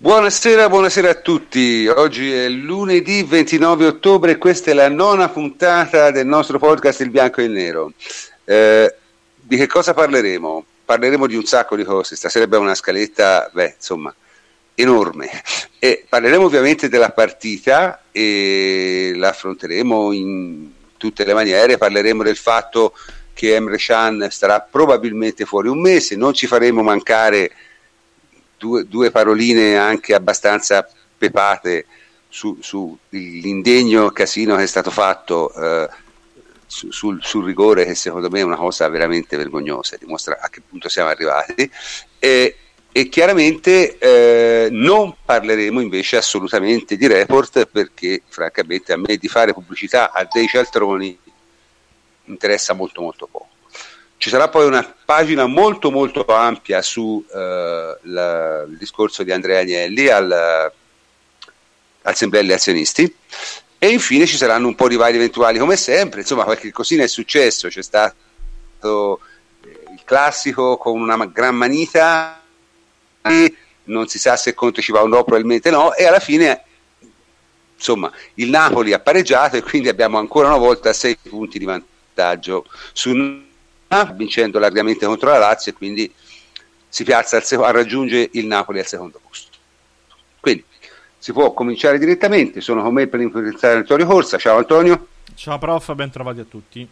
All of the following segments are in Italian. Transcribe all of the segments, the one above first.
Buonasera, buonasera a tutti. Oggi è lunedì 29 ottobre e questa è la 9ª puntata del nostro podcast Il Bianco e il Nero. Di che cosa parleremo? Parleremo di un sacco di cose. Stasera abbiamo una scaletta, enorme. E parleremo ovviamente della partita e la affronteremo in tutte le maniere. Parleremo del fatto che Emre Can starà probabilmente fuori un mese. Non ci faremo mancare due paroline anche abbastanza pepate sull'indegno casino che è stato fatto sul rigore, che secondo me è una cosa veramente vergognosa, dimostra a che punto siamo arrivati, e chiaramente non parleremo invece assolutamente di report, perché francamente a me di fare pubblicità a dei cialtroni interessa molto molto poco. Ci sarà poi una pagina molto molto ampia su il discorso di Andrea Agnelli al Sembrelli Azionisti, e infine ci saranno un po' di vari eventuali come sempre. Insomma, qualche cosina è successo. C'è stato il classico con una gran manita, non si sa se Conte ci va o no, probabilmente no, e alla fine insomma il Napoli ha pareggiato e quindi abbiamo ancora una volta 6 punti di vantaggio su, vincendo largamente contro la Lazio, e quindi si piazza raggiunge il Napoli al secondo posto. Quindi si può cominciare direttamente. Sono con me per influenzare Antonio Corsa. Ciao Antonio. Ciao prof, ben trovati a tutti.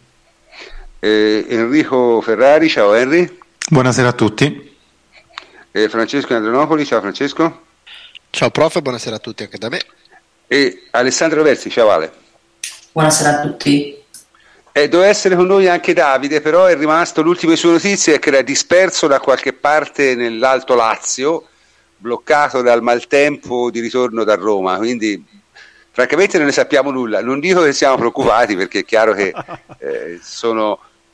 Enrico Ferrari. Ciao Henry. Buonasera a tutti. Francesco Andronopoli. Ciao Francesco. Ciao prof, buonasera a tutti anche da me. E Alessandro Versi. Ciao Ale. Buonasera a tutti. Doveva essere con noi anche Davide, però è rimasto. L'ultima sue notizie è che era disperso da qualche parte nell'Alto Lazio, bloccato dal maltempo di ritorno da Roma, quindi francamente non ne sappiamo nulla. Non dico che siamo preoccupati, perché è chiaro che sono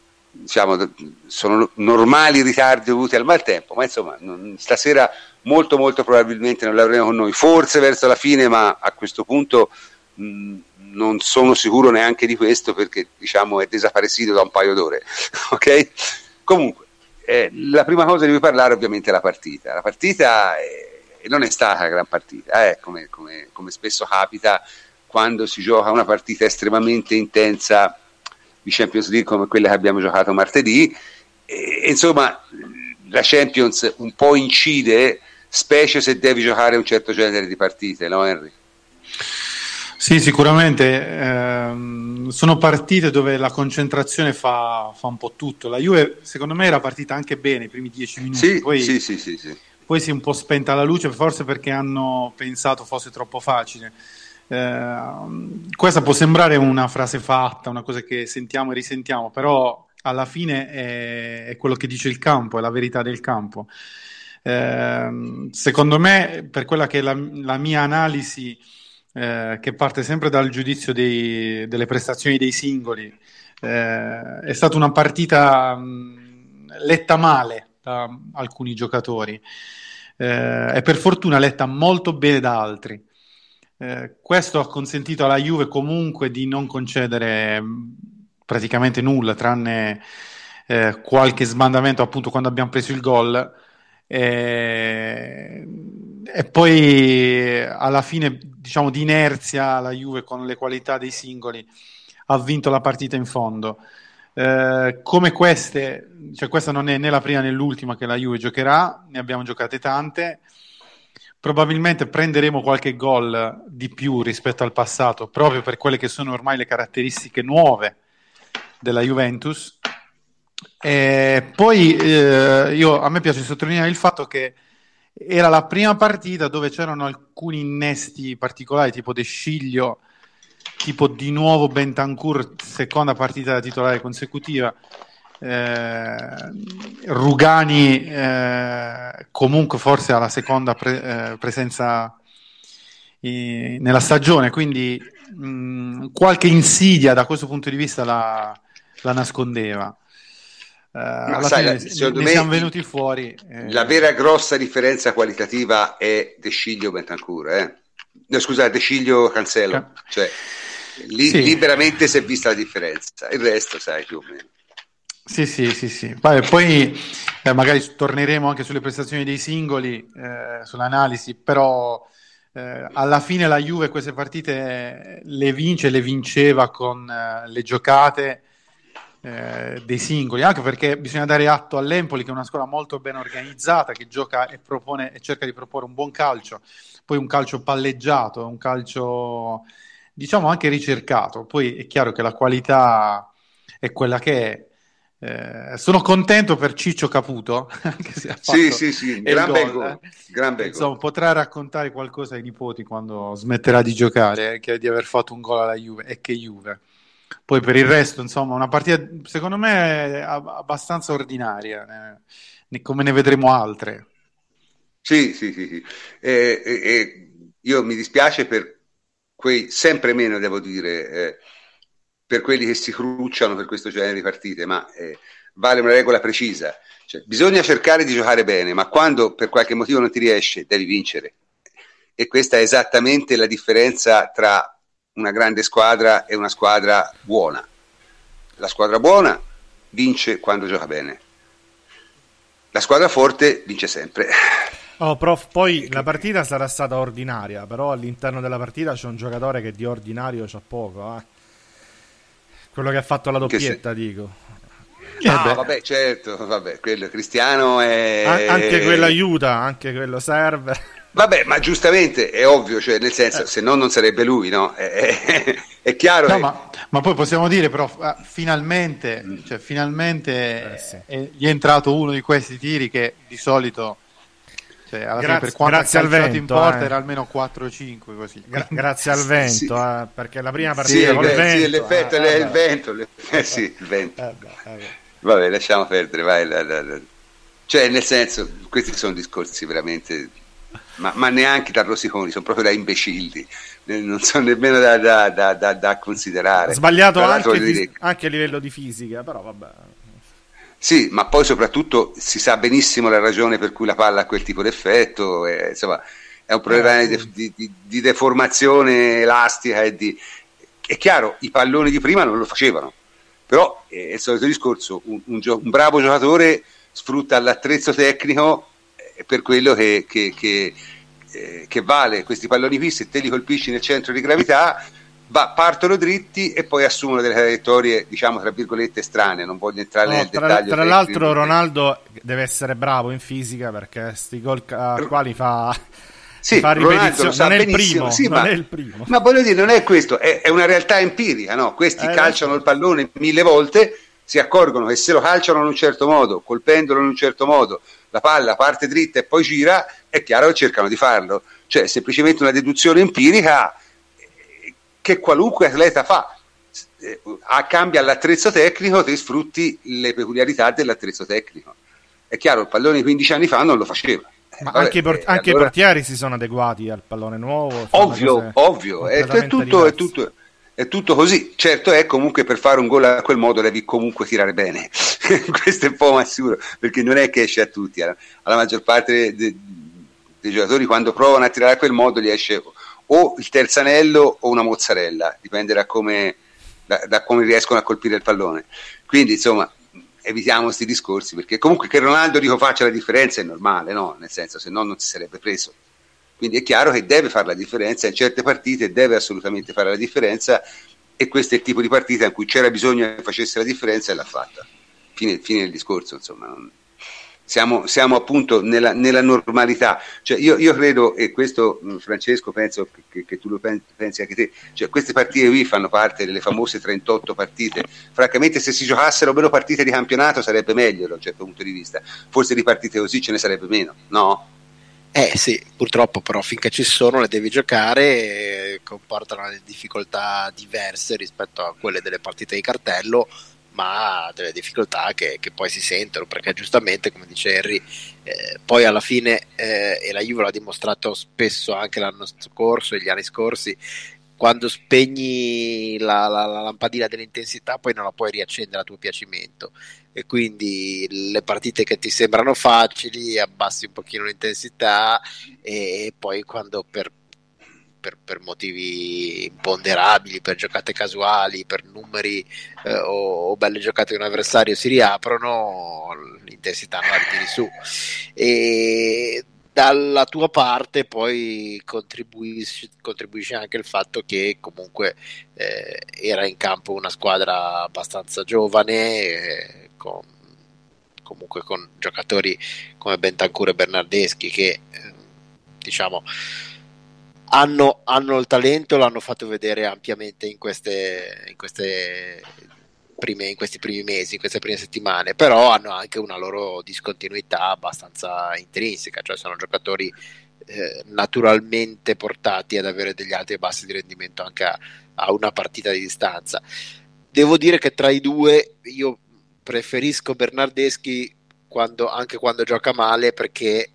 normali ritardi dovuti al maltempo, ma insomma stasera molto molto probabilmente non l'avremo con noi, forse verso la fine, ma a questo punto non sono sicuro neanche di questo, perché diciamo è desaparecido da un paio d'ore. Ok? Comunque la prima cosa di cui parlare ovviamente è la partita. La partita non è stata una gran partita, come spesso capita quando si gioca una partita estremamente intensa di Champions League come quella che abbiamo giocato martedì. Insomma, la Champions un po' incide, specie se devi giocare un certo genere di partite, no Henry? Sì, sicuramente sono partite dove la concentrazione fa un po' tutto. La Juve secondo me era partita anche bene i primi 10 minuti, sì. Poi si è un po' spenta la luce, forse perché hanno pensato fosse troppo facile. Questa può sembrare una frase fatta, una cosa che sentiamo e risentiamo, però alla fine è quello che dice il campo, è la verità del campo. Secondo me, per quella che è la mia analisi, che parte sempre dal giudizio delle prestazioni dei singoli, è stata una partita letta male da alcuni giocatori, e per fortuna letta molto bene da altri. Questo ha consentito alla Juve comunque di non concedere praticamente nulla, tranne qualche sbandamento appunto quando abbiamo preso il gol, e poi alla fine, diciamo, di inerzia la Juve, con le qualità dei singoli, ha vinto la partita in fondo. Come queste, cioè questa non è né la prima né l'ultima che la Juve giocherà, ne abbiamo giocate tante. Probabilmente prenderemo qualche gol di più rispetto al passato, proprio per quelle che sono ormai le caratteristiche nuove della Juventus. E poi a me piace sottolineare il fatto che era la prima partita dove c'erano alcuni innesti particolari, tipo De Sciglio, tipo di nuovo Bentancur, seconda partita da titolare consecutiva, Rugani comunque forse alla seconda presenza nella stagione, quindi qualche insidia da questo punto di vista la nascondeva. Alla fine ne siamo venuti fuori. La vera grossa differenza qualitativa è De Sciglio Bentancur, no, scusa, De Sciglio Cancelo, cioè lì veramente si è vista la differenza, il resto sai più o meno. Sì. Poi magari torneremo anche sulle prestazioni dei singoli, sull'analisi, però alla fine la Juve queste partite le vince, le vinceva con le giocate dei singoli, anche perché bisogna dare atto all'Empoli, che è una squadra molto ben organizzata, che gioca e propone e cerca di proporre un buon calcio, poi un calcio palleggiato, un calcio diciamo anche ricercato. Poi è chiaro che la qualità è quella che è. Sono contento per Ciccio Caputo, anche se ha fatto Sì, il gran bel gol, gol, gran bel insomma, gol. potrà raccontare qualcosa ai nipoti quando smetterà di giocare, che di aver fatto un gol alla Juve, e che Juve. Poi per il resto, insomma, una partita secondo me abbastanza ordinaria, come ne vedremo altre. Sì. Io mi dispiace per quei, sempre meno devo dire, per quelli che si crucciano per questo genere di partite, ma vale una regola precisa. Cioè, bisogna cercare di giocare bene, ma quando per qualche motivo non ti riesce, devi vincere. E questa è esattamente la differenza tra una grande squadra e una squadra buona. La squadra buona vince quando gioca bene. La squadra forte vince sempre. Oh, prof, poi la partita sarà stata ordinaria, però all'interno della partita c'è un giocatore che di ordinario c'ha poco, quello che ha fatto la doppietta, dico. Vabbè, certo, quello Cristiano è... Anche quello aiuta, anche quello serve. Vabbè, ma giustamente è ovvio, cioè nel senso, se no non sarebbe lui, no? È chiaro. No, ma poi possiamo dire, però, finalmente Sì. gli è entrato uno di questi tiri che di solito, cioè, alla fine, per quanto grazie al vento, in porta, era almeno 4 o 5 così. Grazie al vento, Sì. Perché la prima partita col vento... Sì, l'effetto è il vento. Sì, il vento. Vabbè, lasciamo perdere, vai. Cioè, nel senso, questi sono discorsi veramente... Ma neanche da rosiconi, sono proprio da imbecilli, non sono nemmeno da considerare. Sbagliato anche a livello di fisica, però vabbè. Sì, ma poi soprattutto si sa benissimo la ragione per cui la palla ha quel tipo di effetto, insomma è un problema di deformazione elastica è chiaro, i palloni di prima non lo facevano, però è il solito discorso, un bravo giocatore sfrutta l'attrezzo tecnico per quello che vale. Questi palloni qui, se te li colpisci nel centro di gravità, partono dritti e poi assumono delle traiettorie, diciamo tra virgolette, strane. Non voglio entrare nel dettaglio. Tra l'altro Ronaldo deve essere bravo in fisica, perché sti gol quali fa... Sì, Ronaldo lo sa benissimo, non è il primo. Ma voglio dire, non è questo, è una realtà empirica, no? Questi calciano il pallone 1000 volte, si accorgono che se lo calciano in un certo modo, colpendolo in un certo modo, la palla parte dritta e poi gira, è chiaro che cercano di farlo. Cioè, è semplicemente una deduzione empirica che qualunque atleta fa. Cambia l'attrezzo tecnico, te sfrutti le peculiarità dell'attrezzo tecnico. È chiaro, il pallone 15 anni fa non lo faceva. Ma anche i portieri si sono adeguati al pallone nuovo. Ovvio, è tutto così. Certo è, comunque, per fare un gol a quel modo devi comunque tirare bene. Questo è un po' ma sicuro, perché non è che esce a tutti. Alla maggior parte dei giocatori, quando provano a tirare a quel modo, gli esce o il terzanello o una mozzarella, dipende da come riescono a colpire il pallone. Quindi, insomma, evitiamo questi discorsi, perché comunque che Ronaldo faccia la differenza è normale, no? Nel senso, se no non si sarebbe preso. Quindi è chiaro che deve fare la differenza, in certe partite deve assolutamente fare la differenza, e questo è il tipo di partita in cui c'era bisogno che facesse la differenza e l'ha fatta. Fine del discorso, insomma. Siamo appunto nella normalità. Cioè io credo, e questo Francesco penso che tu lo pensi anche te, cioè queste partite qui fanno parte delle famose 38 partite. Francamente, se si giocassero meno partite di campionato sarebbe meglio da un certo punto di vista, forse di partite così ce ne sarebbe meno, no? Sì, purtroppo, però finché ci sono le devi giocare, comportano delle difficoltà diverse rispetto a quelle delle partite di cartello, ma delle difficoltà che poi si sentono, perché giustamente, come dice Henry, poi alla fine, e la Juve l'ha dimostrato spesso anche l'anno scorso e gli anni scorsi, quando spegni la lampadina dell'intensità poi non la puoi riaccendere a tuo piacimento, e quindi le partite che ti sembrano facili abbassi un pochino l'intensità, e poi quando per per motivi imponderabili, per giocate casuali, per numeri o belle giocate di un avversario si riaprono, l'intensità non la ritiri su. E dalla tua parte poi contribuisce anche il fatto che comunque era in campo una squadra abbastanza giovane, comunque con giocatori come Bentancur e Bernardeschi che diciamo hanno il talento, l'hanno fatto vedere ampiamente in questi primi mesi, in queste prime settimane, però hanno anche una loro discontinuità abbastanza intrinseca, cioè sono giocatori naturalmente portati ad avere degli alti e bassi di rendimento anche a una partita di distanza. Devo dire che tra i due io preferisco Bernardeschi anche quando gioca male, perché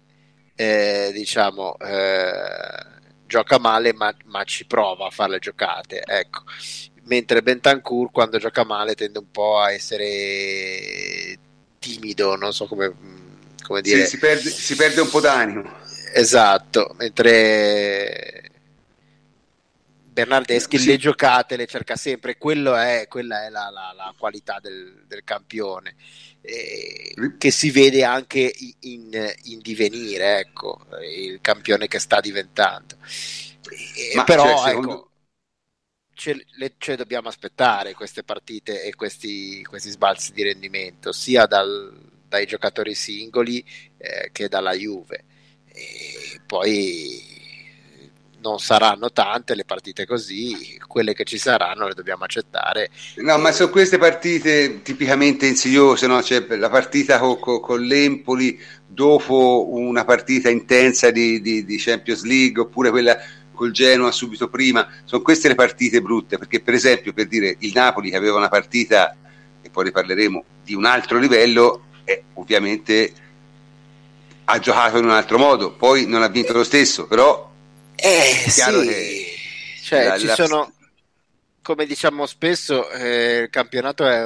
gioca male ma ci prova a fare le giocate, ecco. Mentre Bentancur quando gioca male tende un po' a essere timido, non so come dire. Sì, si perde un po' d'animo. Esatto, mentre Bernardeschi le giocate le cerca sempre, quella è la qualità del campione, che si vede anche in divenire, ecco, il campione che sta diventando. Però ecco, ce dobbiamo aspettare queste partite e questi sbalzi di rendimento sia dai giocatori singoli che dalla Juve, e poi non saranno tante le partite così, quelle che ci saranno le dobbiamo accettare. No, ma sono queste partite tipicamente insidiose, no? C'è la partita con l'Empoli dopo una partita intensa di Champions League, oppure quella col Genoa subito prima. Sono queste le partite brutte, perché per esempio, per dire, il Napoli che aveva una partita, e poi ne parleremo, di un altro livello, ovviamente ha giocato in un altro modo, poi non ha vinto lo stesso, però chiaro sì, che cioè ci sono, come diciamo spesso, il campionato è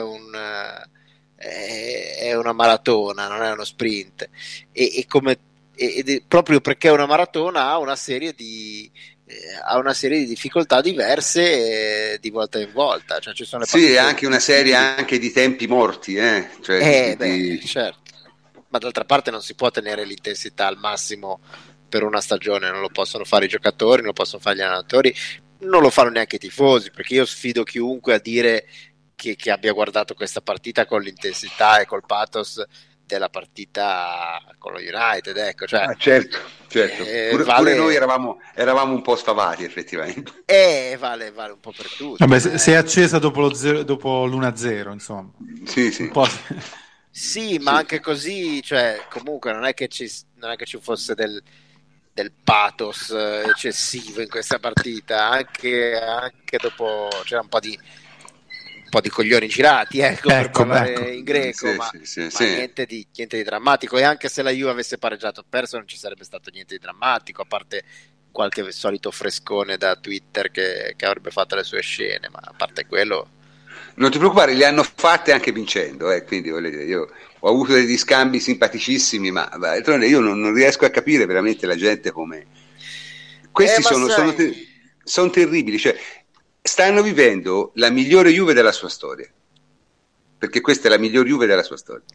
una maratona, non è uno sprint, e proprio perché è una maratona ha una serie di difficoltà diverse di volta in volta, cioè ci sono le sì, anche una serie anche di tempi morti, cioè, certo, ma d'altra parte non si può tenere l'intensità al massimo per una stagione, non lo possono fare i giocatori, non lo possono fare gli allenatori, non lo fanno neanche i tifosi, perché io sfido chiunque a dire che abbia guardato questa partita con l'intensità e col pathos della partita con lo United, ecco, cioè, certo. Pure noi eravamo un po' sfavati, effettivamente. Vale un po' per tutti. Vabbè, si è accesa dopo l'1-0, insomma. Sì. Un po'. Sì, ma anche così, cioè, comunque non è che ci fosse del pathos eccessivo in questa partita, anche dopo c'era un po' di coglioni girati, per parlare in greco, ma niente di drammatico, e anche se la Juve avesse pareggiato o perso non ci sarebbe stato niente di drammatico, a parte qualche solito frescone da Twitter che avrebbe fatto le sue scene, ma a parte quello non ti preoccupare, le hanno fatte anche vincendo, quindi io ho avuto degli scambi simpaticissimi, ma io non riesco a capire veramente la gente come questi sono terribili, cioè stanno vivendo la migliore Juve della sua storia, perché questa è la miglior Juve della sua storia.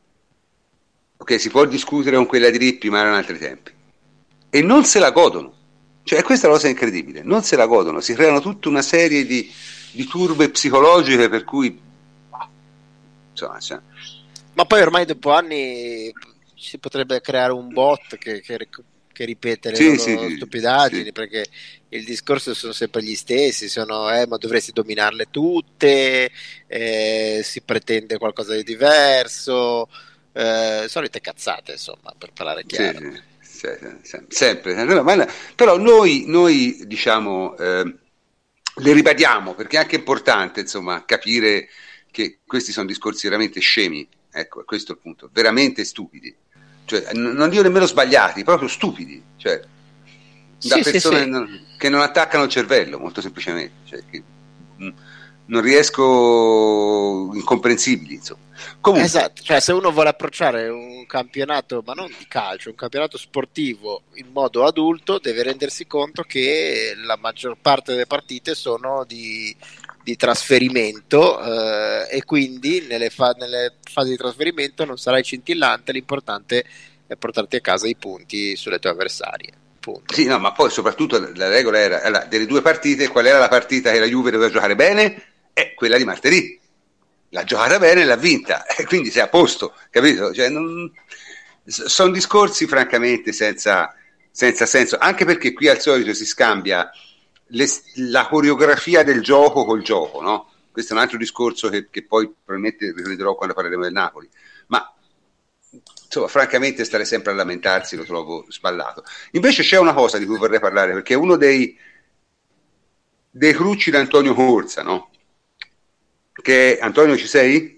Ok, si può discutere con quella di Rippi, ma erano altri tempi, e non se la godono, cioè questa è la cosa incredibile, non se la godono, si creano tutta una serie di turbe psicologiche per cui insomma, ma poi ormai dopo anni si potrebbe creare un bot che ripete le loro stupidaggini, perché il discorso sono sempre gli stessi, ma dovresti dominarle tutte, si pretende qualcosa di diverso, solite cazzate, insomma, per parlare chiaro. Sempre. Però noi diciamo le ribadiamo, perché è anche importante, insomma, capire che questi sono discorsi veramente scemi, ecco, questo è il punto, veramente stupidi, cioè non dico nemmeno sbagliati, proprio stupidi, cioè da persone che non attaccano il cervello, molto semplicemente, cioè, non riesco, incomprensibili, insomma. Comunque. Esatto, cioè se uno vuole approcciare un campionato, ma non di calcio, un campionato sportivo in modo adulto, deve rendersi conto che la maggior parte delle partite sono di trasferimento, e quindi nelle fasi di trasferimento non sarai scintillante, l'importante è portarti a casa i punti sulle tue avversarie. Punto. Sì, no, ma poi soprattutto la regola era delle due partite, qual era la partita che la Juve doveva giocare bene? Quella di martedì. L'ha giocata bene e l'ha vinta, quindi sei a posto, capito? Cioè, sono discorsi francamente senza senso, anche perché qui al solito si scambia la coreografia del gioco col gioco, no? Questo è un altro discorso che poi probabilmente riprenderò quando parleremo del Napoli, ma insomma, francamente stare sempre a lamentarsi lo trovo sballato. Invece c'è una cosa di cui vorrei parlare, perché è uno dei crucci di Antonio Corsa, no? Che Antonio, ci sei?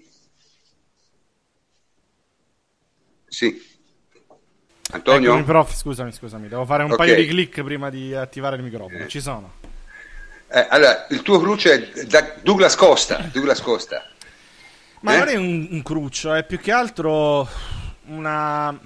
Sì. Antonio? Eccomi, prof, scusami, devo fare un paio di click prima di attivare il microfono. Ci sono. Allora, il tuo cruccio è Douglas Costa. Ma non è un cruccio, è più che altro una...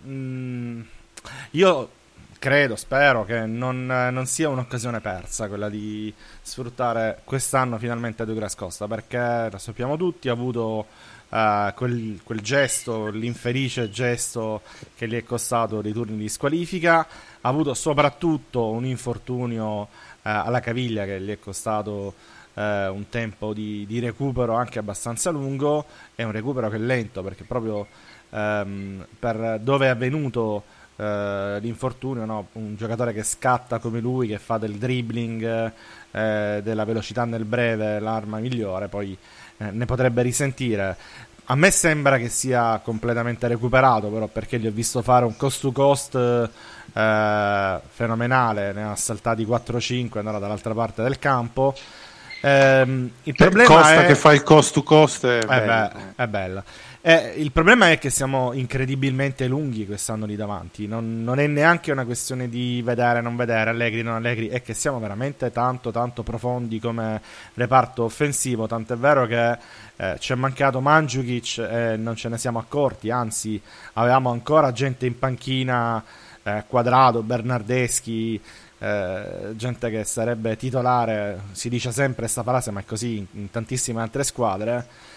io credo, spero che non sia un'occasione persa quella di sfruttare quest'anno finalmente Douglas Costa, perché lo sappiamo tutti, ha avuto quel gesto, l'infelice gesto che gli è costato dei turni di squalifica, ha avuto soprattutto un infortunio alla caviglia che gli è costato un tempo di recupero anche abbastanza lungo, è un recupero che è lento perché proprio per dove è avvenuto l'infortunio, no? Un giocatore che scatta come lui, che fa del dribbling, della velocità nel breve l'arma migliore, poi ne potrebbe risentire. A me sembra che sia completamente recuperato, però, perché gli ho visto fare un cost to cost fenomenale, ne ha saltati 4-5 e andata dall'altra parte del campo. Il problema Costa è che fa il cost to cost è bella. Il problema è che siamo incredibilmente lunghi quest'anno lì davanti. Non è neanche una questione di vedere, non vedere, Allegri, non Allegri, è che siamo veramente tanto profondi come reparto offensivo. Tant'è vero che ci è mancato Mandzukic e non ce ne siamo accorti. Anzi, avevamo ancora gente in panchina, Quadrado, Bernardeschi, gente che sarebbe titolare. Si dice sempre questa frase, ma è così in tantissime altre squadre.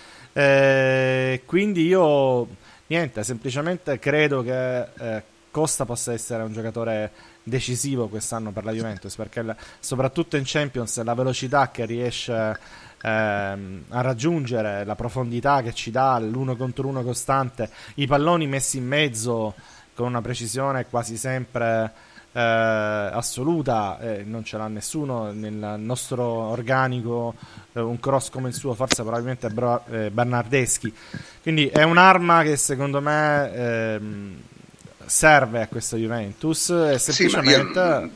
Quindi io semplicemente credo che Costa possa essere un giocatore decisivo quest'anno per la Juventus, perché soprattutto in Champions la velocità che riesce a raggiungere, la profondità che ci dà, l'uno contro uno costante, i palloni messi in mezzo con una precisione quasi sempre assoluta, non ce l'ha nessuno nel nostro organico, un cross come il suo forse probabilmente Bernardeschi, quindi è un'arma che secondo me serve a questa Juventus e semplicemente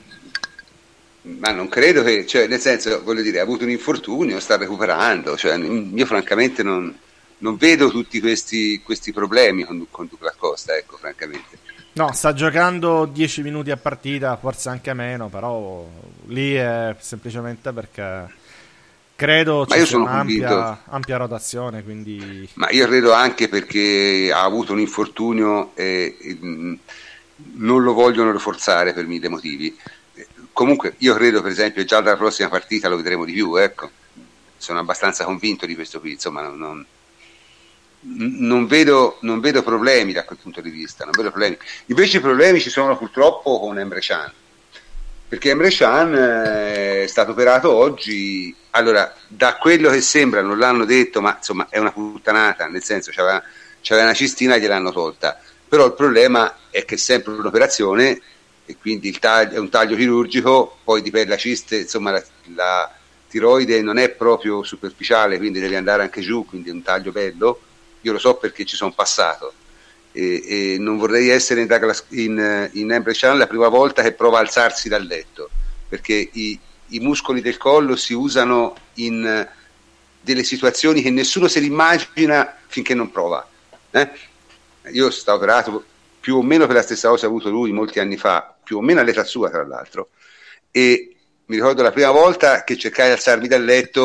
ma non credo che, cioè, nel senso, voglio dire, ha avuto un infortunio, sta recuperando, cioè, io francamente non vedo tutti questi problemi con Douglas Costa, ecco, francamente. No, sta giocando 10 minuti a partita, forse anche meno, però lì è semplicemente perché credo ci sia un'ampia rotazione, quindi... Ma io credo anche perché ha avuto un infortunio e non lo vogliono rafforzare per 1000 motivi. Comunque io credo, per esempio, già dalla prossima partita lo vedremo di più, ecco. Sono abbastanza convinto di questo qui, insomma, non vedo problemi da quel punto di vista, non vedo problemi. Invece i problemi ci sono purtroppo con Emre Can, perché Emre Can è stato operato oggi. Allora, da quello che sembra, non l'hanno detto, ma insomma è una puttanata, nel senso c'aveva una cistina e gliel'hanno tolta, però il problema è che è sempre un'operazione e quindi è un taglio chirurgico, poi dipende la ciste, insomma la tiroide non è proprio superficiale, quindi deve andare anche giù, quindi è un taglio bello. Io lo so perché ci sono passato e non vorrei essere in Emre Can la prima volta che prova a alzarsi dal letto, perché i muscoli del collo si usano in delle situazioni che nessuno se li immagina finché non prova. Io sono stato operato più o meno per la stessa cosa che ha avuto lui molti anni fa, più o meno all'età sua tra l'altro, e mi ricordo la prima volta che cercai di alzarmi dal letto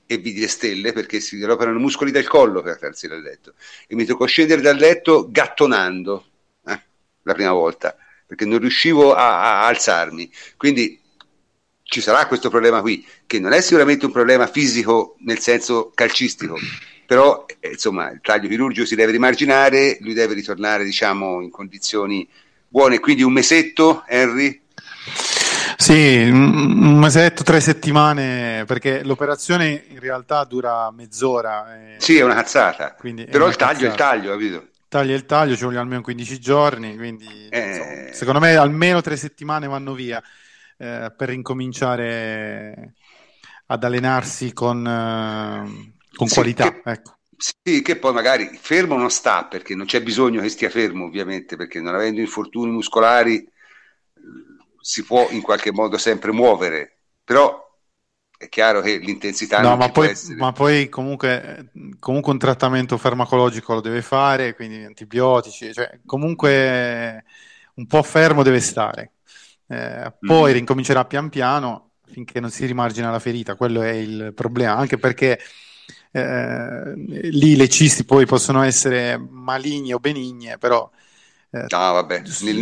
e vidi le stelle perché si operano i muscoli del collo per alzarsi dal letto, e mi toccò scendere dal letto gattonando la prima volta perché non riuscivo a alzarmi. Quindi ci sarà questo problema qui, che non è sicuramente un problema fisico nel senso calcistico, però insomma il taglio chirurgico si deve rimarginare, lui deve ritornare diciamo in condizioni buone. Quindi un mesetto, Henry? Sì, un mesetto, 3 settimane, perché l'operazione in realtà dura mezz'ora. Sì, è una cazzata, però il taglio cazzata. è il taglio, capito? Taglia il taglio, ci vogliono almeno 15 giorni, quindi insomma, secondo me almeno 3 settimane vanno via per incominciare ad allenarsi con qualità. Ecco. Sì, che poi magari fermo non sta, perché non c'è bisogno che stia fermo, ovviamente, perché non avendo infortuni muscolari si può in qualche modo sempre muovere, però è chiaro che l'intensità non può essere. Ma poi comunque un trattamento farmacologico lo deve fare, quindi antibiotici, cioè comunque un po' fermo deve stare. Poi rincomincerà pian piano finché non si rimargina la ferita, quello è il problema, anche perché lì le cisti poi possono essere maligne o benigne, però no, vabbè, nel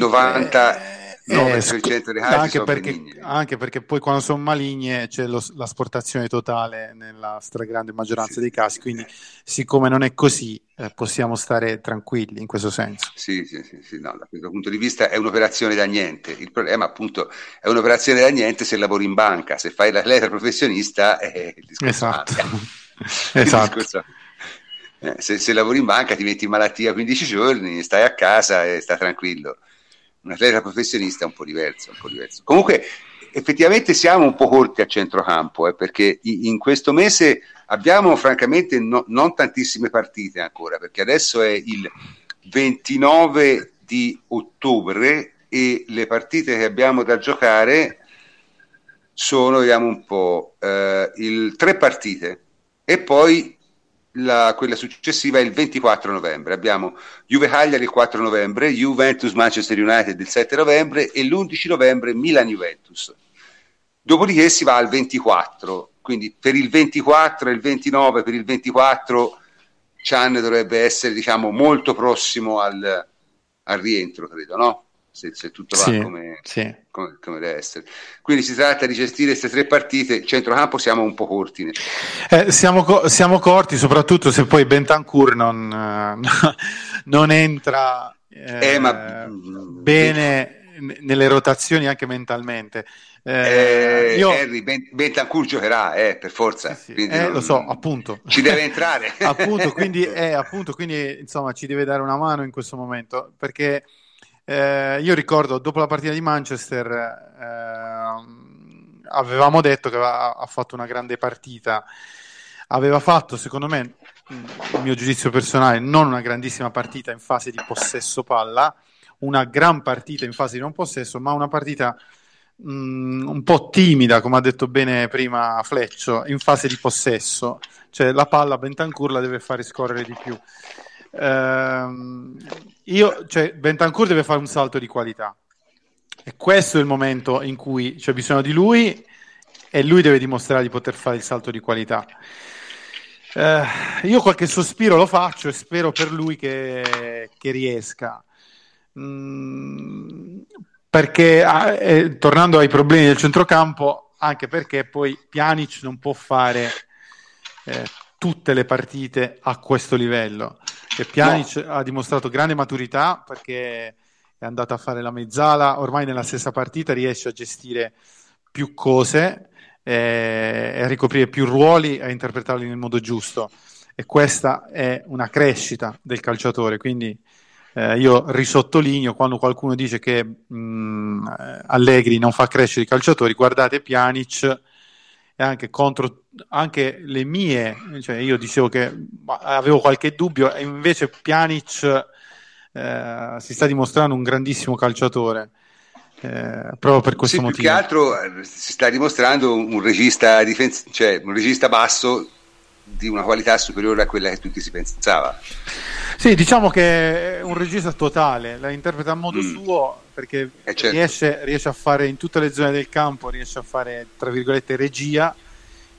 99% dei casi sono benigne. Anche perché poi quando sono maligne c'è l'asportazione totale nella stragrande maggioranza dei casi, quindi siccome non è così possiamo stare tranquilli in questo senso. Sì, no, da questo punto di vista è un'operazione da niente. Il problema appunto è un'operazione da niente se lavori in banca, se fai l'atleta professionista il discorso esatto. Se lavori in banca ti metti in malattia 15 giorni, stai a casa e stai tranquillo. Un atleta professionista è un po' diverso. Comunque effettivamente siamo un po' corti a centrocampo, perché in questo mese abbiamo francamente non tantissime partite ancora, perché adesso è il 29 di ottobre e le partite che abbiamo da giocare sono, vediamo un po', 3 partite, e poi quella successiva è il 24 novembre. Abbiamo Juve Cagliari il 4 novembre, Juventus Manchester United il 7 novembre e l'11 novembre Milan Juventus. Dopodiché si va al 24, quindi per il 24 e il 29, per il 24 Chan dovrebbe essere diciamo molto prossimo al rientro, credo, no? Se tutto va come deve essere. Quindi si tratta di gestire queste 3 partite. Centrocampo siamo un po' corti. Siamo corti, soprattutto se poi Bentancur non entra bene nelle rotazioni anche mentalmente. Harry, Bentancur giocherà per forza. Sì. Lo so, appunto. Ci deve entrare. quindi insomma ci deve dare una mano in questo momento, perché io ricordo dopo la partita di Manchester avevamo detto che ha fatto una grande partita, aveva fatto secondo me, il mio giudizio personale, non una grandissima partita in fase di possesso palla, una gran partita in fase di non possesso, ma una partita un po' timida, come ha detto bene prima Fleccio, in fase di possesso, cioè la palla Bentancur la deve fare scorrere di più. Bentancur deve fare un salto di qualità e questo è il momento in cui c'è bisogno di lui e lui deve dimostrare di poter fare il salto di qualità. Io qualche sospiro lo faccio e spero per lui che riesca, perché tornando ai problemi del centrocampo, anche perché poi Pjanic non può fare tutte le partite a questo livello. Che Pjanic ha dimostrato grande maturità, perché è andato a fare la mezzala, ormai nella stessa partita riesce a gestire più cose e a ricoprire più ruoli e a interpretarli nel modo giusto, e questa è una crescita del calciatore. Quindi io risottolineo, quando qualcuno dice che Allegri non fa crescere i calciatori, guardate Pjanic, e anche le mie, cioè io dicevo che avevo qualche dubbio e invece Pjanic si sta dimostrando un grandissimo calciatore, proprio per questo motivo. Più che altro si sta dimostrando un regista un regista basso di una qualità superiore a quella che tutti si pensava. Sì, diciamo che è un regista totale, la interpreta a modo suo, perché riesce a fare in tutte le zone del campo, riesce a fare tra virgolette regia,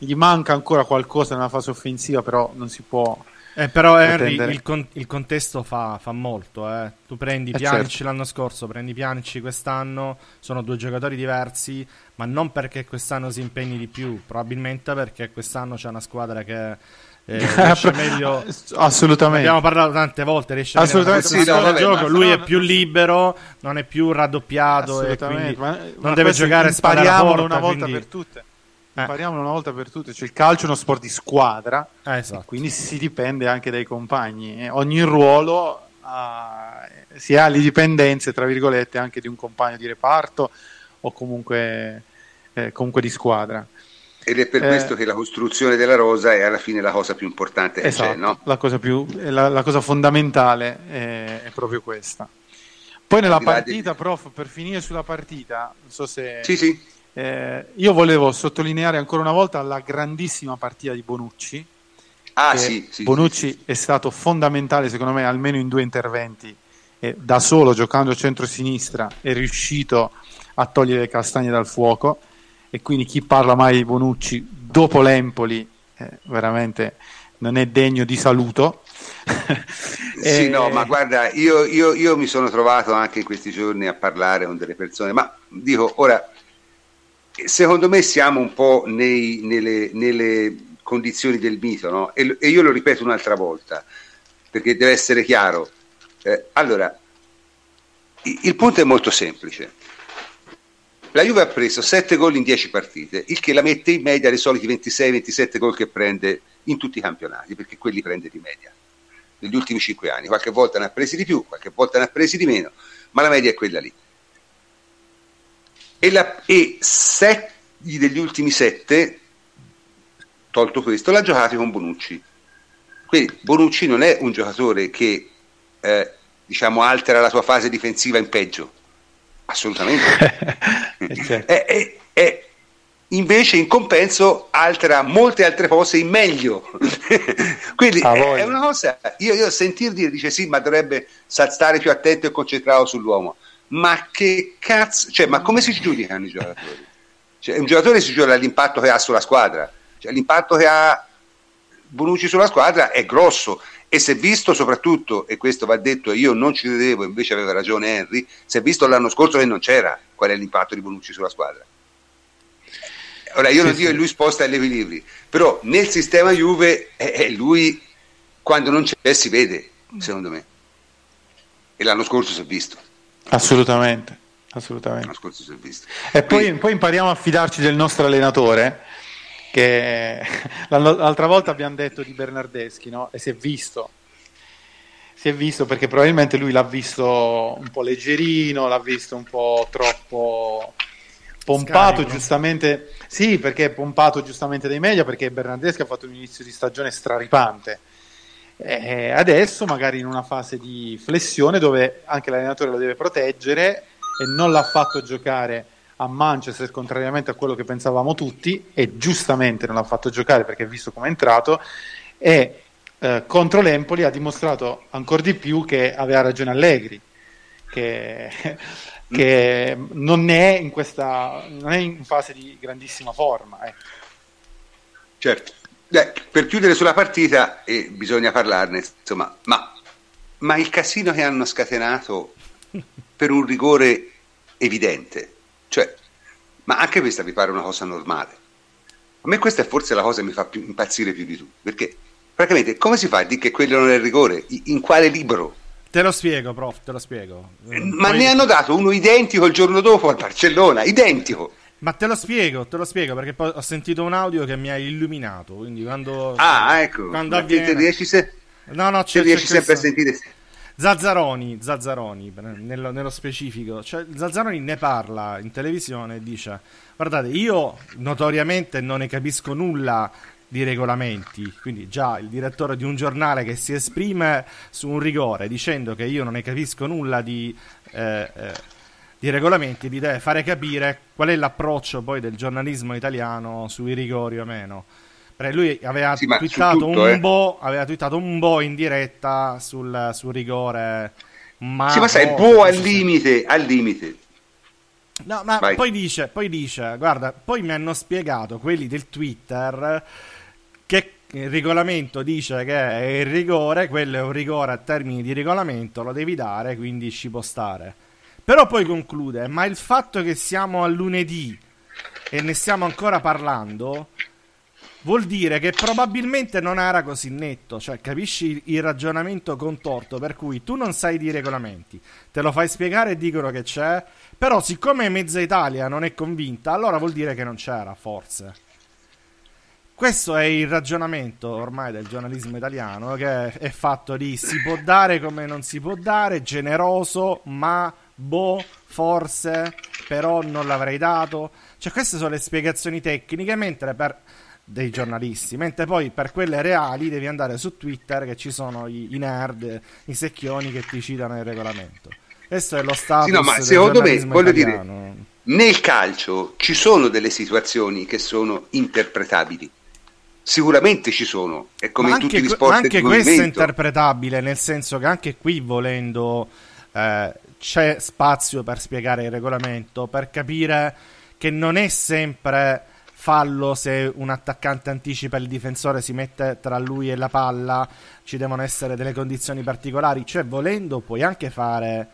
gli manca ancora qualcosa nella fase offensiva, però non si può però Henry, pretendere. il contesto fa molto. Tu prendi Pjanic Certo. l'anno scorso, prendi Pjanic quest'anno, sono due giocatori diversi, ma non perché quest'anno si impegni di più, probabilmente perché quest'anno c'è una squadra che riesce meglio. Assolutamente. Abbiamo parlato tante volte, riesce meglio a Assolutamente, fare sì, no, questo vabbè, gioco, ma lui no, è più libero, non è più raddoppiato e quindi Assolutamente, ma non deve questo giocare a spada alla impariamolo porta, una volta quindi... per tutte. Impariamolo una volta per tutte, cioè il calcio è uno sport di squadra, esatto. quindi si dipende anche dai compagni. Ogni ruolo si ha le dipendenze, tra virgolette, anche di un compagno di reparto o comunque di squadra. Ed è per questo che la costruzione della rosa è alla fine la cosa più importante che Esatto, c'è, no? la cosa fondamentale è proprio questa. Poi nella Al di là partita, prof, per finire sulla partita, non so se... Sì. io volevo sottolineare ancora una volta la grandissima partita di Bonucci. Bonucci è stato fondamentale, secondo me, almeno in 2 interventi. Da solo, giocando centro-sinistra, è riuscito a togliere le castagne dal fuoco. E quindi chi parla mai di Bonucci dopo l'Empoli veramente non è degno di saluto. Sì, no, ma guarda, io mi sono trovato anche in questi giorni a parlare con delle persone, ma dico, ora, secondo me siamo un po' nelle condizioni del mito, no? E io lo ripeto un'altra volta, perché deve essere chiaro. Allora, il punto è molto semplice. La Juve ha preso 7 gol in 10 partite, il che la mette in media dei soliti 26-27 gol che prende in tutti i campionati, perché quelli prende di media negli ultimi 5 anni. Qualche volta ne ha presi di più, qualche volta ne ha presi di meno, ma la media è quella lì. E 7 degli ultimi 7, tolto questo, l'ha giocati con Bonucci. Quindi Bonucci non è un giocatore che diciamo altera la tua fase difensiva in peggio, assolutamente. Certo. Invece in compenso altera molte altre cose in meglio. Quindi è una cosa, io sentir dire, dice sì, ma dovrebbe stare più attento e concentrato sull'uomo. Ma che cazzo, cioè, ma come si giudicano i giocatori? Cioè, un giocatore si giudica dall'impatto che ha sulla squadra, cioè l'impatto che ha Bonucci sulla squadra è grosso, e si è visto soprattutto, e questo va detto, io non ci credevo, invece aveva ragione Henry, si è visto l'anno scorso che non c'era qual è l'impatto di Bonucci sulla squadra. Ora io non dico che lui sposta gli equilibri, però nel sistema Juve lui quando non c'è si vede, secondo me, e l'anno scorso si è visto. Assolutamente. L'anno scorso si è visto. E poi impariamo a fidarci del nostro allenatore, che l'altra volta abbiamo detto di Bernardeschi, no? E si è visto perché probabilmente lui l'ha visto un po' leggerino, l'ha visto un po' troppo pompato, scarico. Giustamente sì, perché è pompato giustamente dai media, perché Bernardeschi ha fatto un inizio di stagione straripante. Adesso magari in una fase di flessione dove anche l'allenatore lo deve proteggere, e non l'ha fatto giocare a Manchester, contrariamente a quello che pensavamo tutti, e giustamente non l'ha fatto giocare perché visto come è entrato, e contro l'Empoli ha dimostrato ancora di più che aveva ragione Allegri, che non è in fase di grandissima forma, ecco. Certo. Per chiudere sulla partita, bisogna parlarne, insomma, ma il casino che hanno scatenato per un rigore evidente, cioè, ma anche questa mi pare una cosa normale. A me questa è forse la cosa che mi fa impazzire più di tutto, perché praticamente come si fa a dire che quello non è il rigore? In quale libro? Te lo spiego, prof, te lo spiego. Ma ne hanno dato uno identico il giorno dopo al Barcellona, identico. Ma te lo spiego, perché poi ho sentito un audio che mi ha illuminato, quindi quando ecco, quando avviene... te riesci sempre a sentire... Zazzaroni, nello specifico, cioè Zazzaroni ne parla in televisione e dice: guardate, io notoriamente non ne capisco nulla di regolamenti, quindi già il direttore di un giornale che si esprime su un rigore dicendo che io non ne capisco nulla di regolamenti, vi deve fare capire qual è l'approccio poi del giornalismo italiano sui rigori o meno. Perché lui aveva twittato un bo in diretta sul rigore. Ma sai, al limite. No, ma poi dice, guarda, poi mi hanno spiegato quelli del Twitter che il regolamento dice che è il rigore, quello è un rigore a termini di regolamento, lo devi dare, quindi ci può stare. Però poi conclude, ma il fatto che siamo a lunedì e ne stiamo ancora parlando vuol dire che probabilmente non era così netto, cioè capisci il ragionamento contorto per cui tu non sai di regolamenti, te lo fai spiegare e dicono che c'è, però siccome mezza Italia non è convinta, allora vuol dire che non c'era, forse. Questo è il ragionamento ormai del giornalismo italiano, che è fatto di si può dare come non si può dare, generoso, ma forse, però non l'avrei dato. Cioè queste sono le spiegazioni tecniche, mentre per dei giornalisti, mentre poi per quelle reali devi andare su Twitter che ci sono i nerd, i secchioni che ti citano il regolamento. Questo è lo status. Sì, no, ma del secondo me, voglio italiano. dire, nel calcio ci sono delle situazioni che sono interpretabili. Sicuramente ci sono, è come in tutti gli sport. Ma anche di questo è movimento. interpretabile, nel senso che anche qui, volendo, c'è spazio per spiegare il regolamento, per capire che non è sempre fallo se un attaccante anticipa il difensore, si mette tra lui e la palla, ci devono essere delle condizioni particolari, cioè volendo puoi anche fare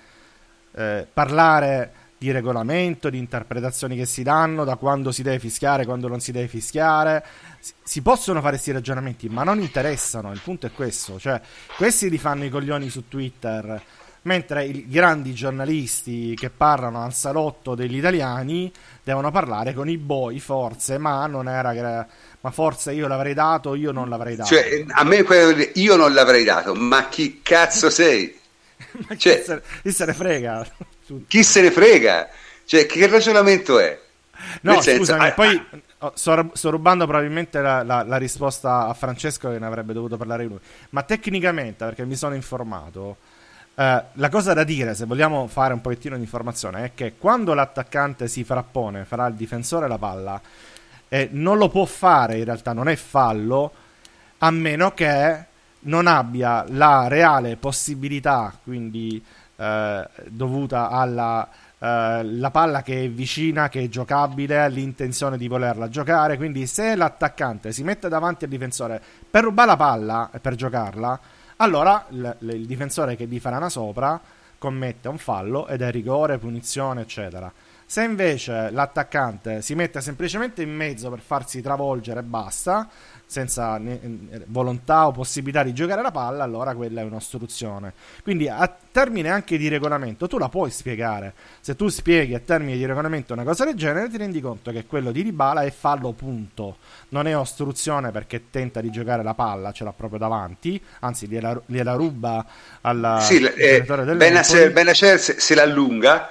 parlare di regolamento, di interpretazioni che si danno, da quando si deve fischiare, quando non si deve fischiare. Si possono fare questi ragionamenti, ma non interessano, il punto è questo, cioè questi li fanno i coglioni su Twitter, mentre i grandi giornalisti che parlano al salotto degli italiani devono parlare con i boy, forse, ma non era ma forse io l'avrei dato, io non l'avrei dato. Cioè, a me io non l'avrei dato, ma chi cazzo sei? Ma cioè, chi se ne frega? Chi se ne frega? Cioè, che ragionamento è? No, Nel senso, scusami, poi sto rubando probabilmente la risposta a Francesco, che ne avrebbe dovuto parlare lui, ma tecnicamente, perché mi sono informato, la cosa da dire, se vogliamo fare un pochettino di informazione, è che quando l'attaccante si frappone fra il difensore e la palla, non lo può fare, in realtà non è fallo, a meno che non abbia la reale possibilità, quindi dovuta alla la palla che è vicina, che è giocabile, l'intenzione di volerla giocare. Quindi se l'attaccante si mette davanti al difensore per rubare la palla e per giocarla, allora il difensore che gli farà una sopra commette un fallo ed è rigore, punizione, eccetera. Se invece l'attaccante si mette semplicemente in mezzo per farsi travolgere e basta, senza volontà o possibilità di giocare la palla, allora quella è un'ostruzione. Quindi a termine anche di regolamento tu la puoi spiegare. Se tu spieghi a termine di regolamento una cosa del genere, ti rendi conto che quello di Dybala è fallo, punto. Non è ostruzione perché tenta di giocare la palla, ce l'ha proprio davanti, anzi gliela ruba al giocatore del Benacer se l'allunga,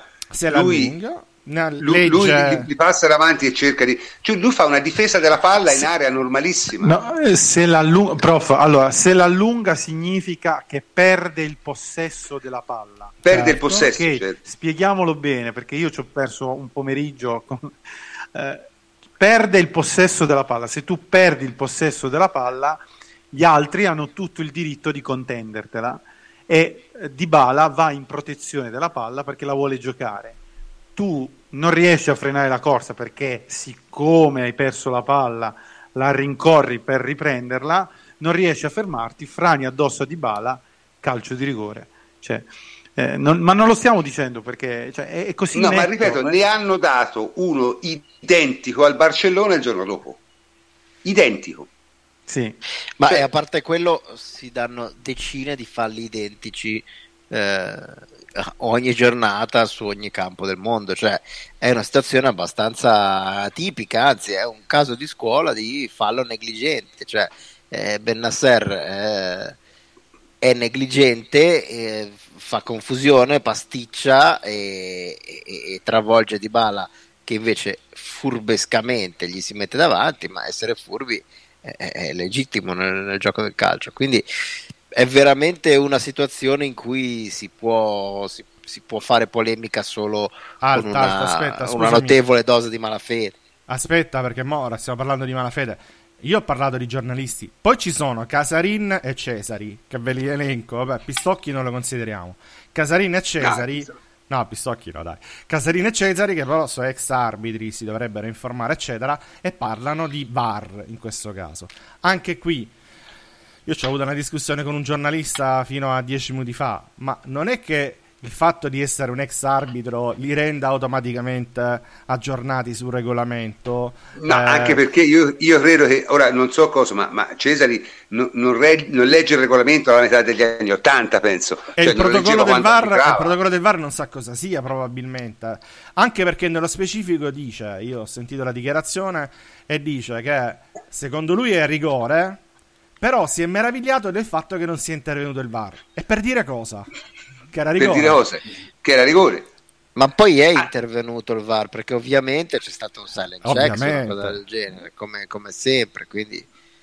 lui gli passa davanti e cerca di, cioè lui fa una difesa della palla in area normalissima. No, se l'allunga significa che perde il possesso della palla. Perde il possesso, okay. Certo. Spieghiamolo bene, perché io ci ho perso un pomeriggio perde il possesso della palla. Se tu perdi il possesso della palla, gli altri hanno tutto il diritto di contendertela, e Dybala va in protezione della palla perché la vuole giocare. Tu non riesci a frenare la corsa perché, siccome hai perso la palla, la rincorri per riprenderla, non riesci a fermarti, frani addosso a Dybala, calcio di rigore. Cioè, ma non lo stiamo dicendo perché è così. No, netto, ma ripeto, ne hanno dato uno identico al Barcellona il giorno dopo. Identico. Sì. Ma a parte quello, si danno decine di falli identici ogni giornata su ogni campo del mondo, cioè è una situazione abbastanza tipica, anzi è un caso di scuola di fallo negligente, cioè Bennacer è negligente, fa confusione, pasticcia e travolge Dybala, che invece furbescamente gli si mette davanti, ma essere furbi è legittimo nel gioco del calcio, quindi è veramente una situazione in cui si può fare polemica solo con una notevole dose di malafede. Aspetta, perché ora stiamo parlando di malafede. Io ho parlato di giornalisti, poi ci sono Casarin e Cesari, che ve li elenco. Vabbè, Pistocchi non lo consideriamo. Casarin e Cesari No, Pistocchi no, dai. Casarini e Cesari, che però sono ex arbitri, si dovrebbero informare, eccetera, e parlano di VAR in questo caso. Anche qui, io ho avuto una discussione con un giornalista fino a 10 minuti fa, ma non è che il fatto di essere un ex arbitro li renda automaticamente aggiornati sul regolamento. No, anche perché io credo che, ora non so cosa, ma Cesari non legge il regolamento alla metà degli anni 80, penso. E cioè, il protocollo del VAR non sa cosa sia, probabilmente. Anche perché nello specifico dice, io ho sentito la dichiarazione, e dice che secondo lui è rigore, però si è meravigliato del fatto che non sia intervenuto il VAR. E per dire cosa? Che era rigore. Per dire cose, che era rigore. Ma poi è intervenuto il VAR, perché ovviamente c'è stato un silent check, una cosa del genere, come sempre, quindi...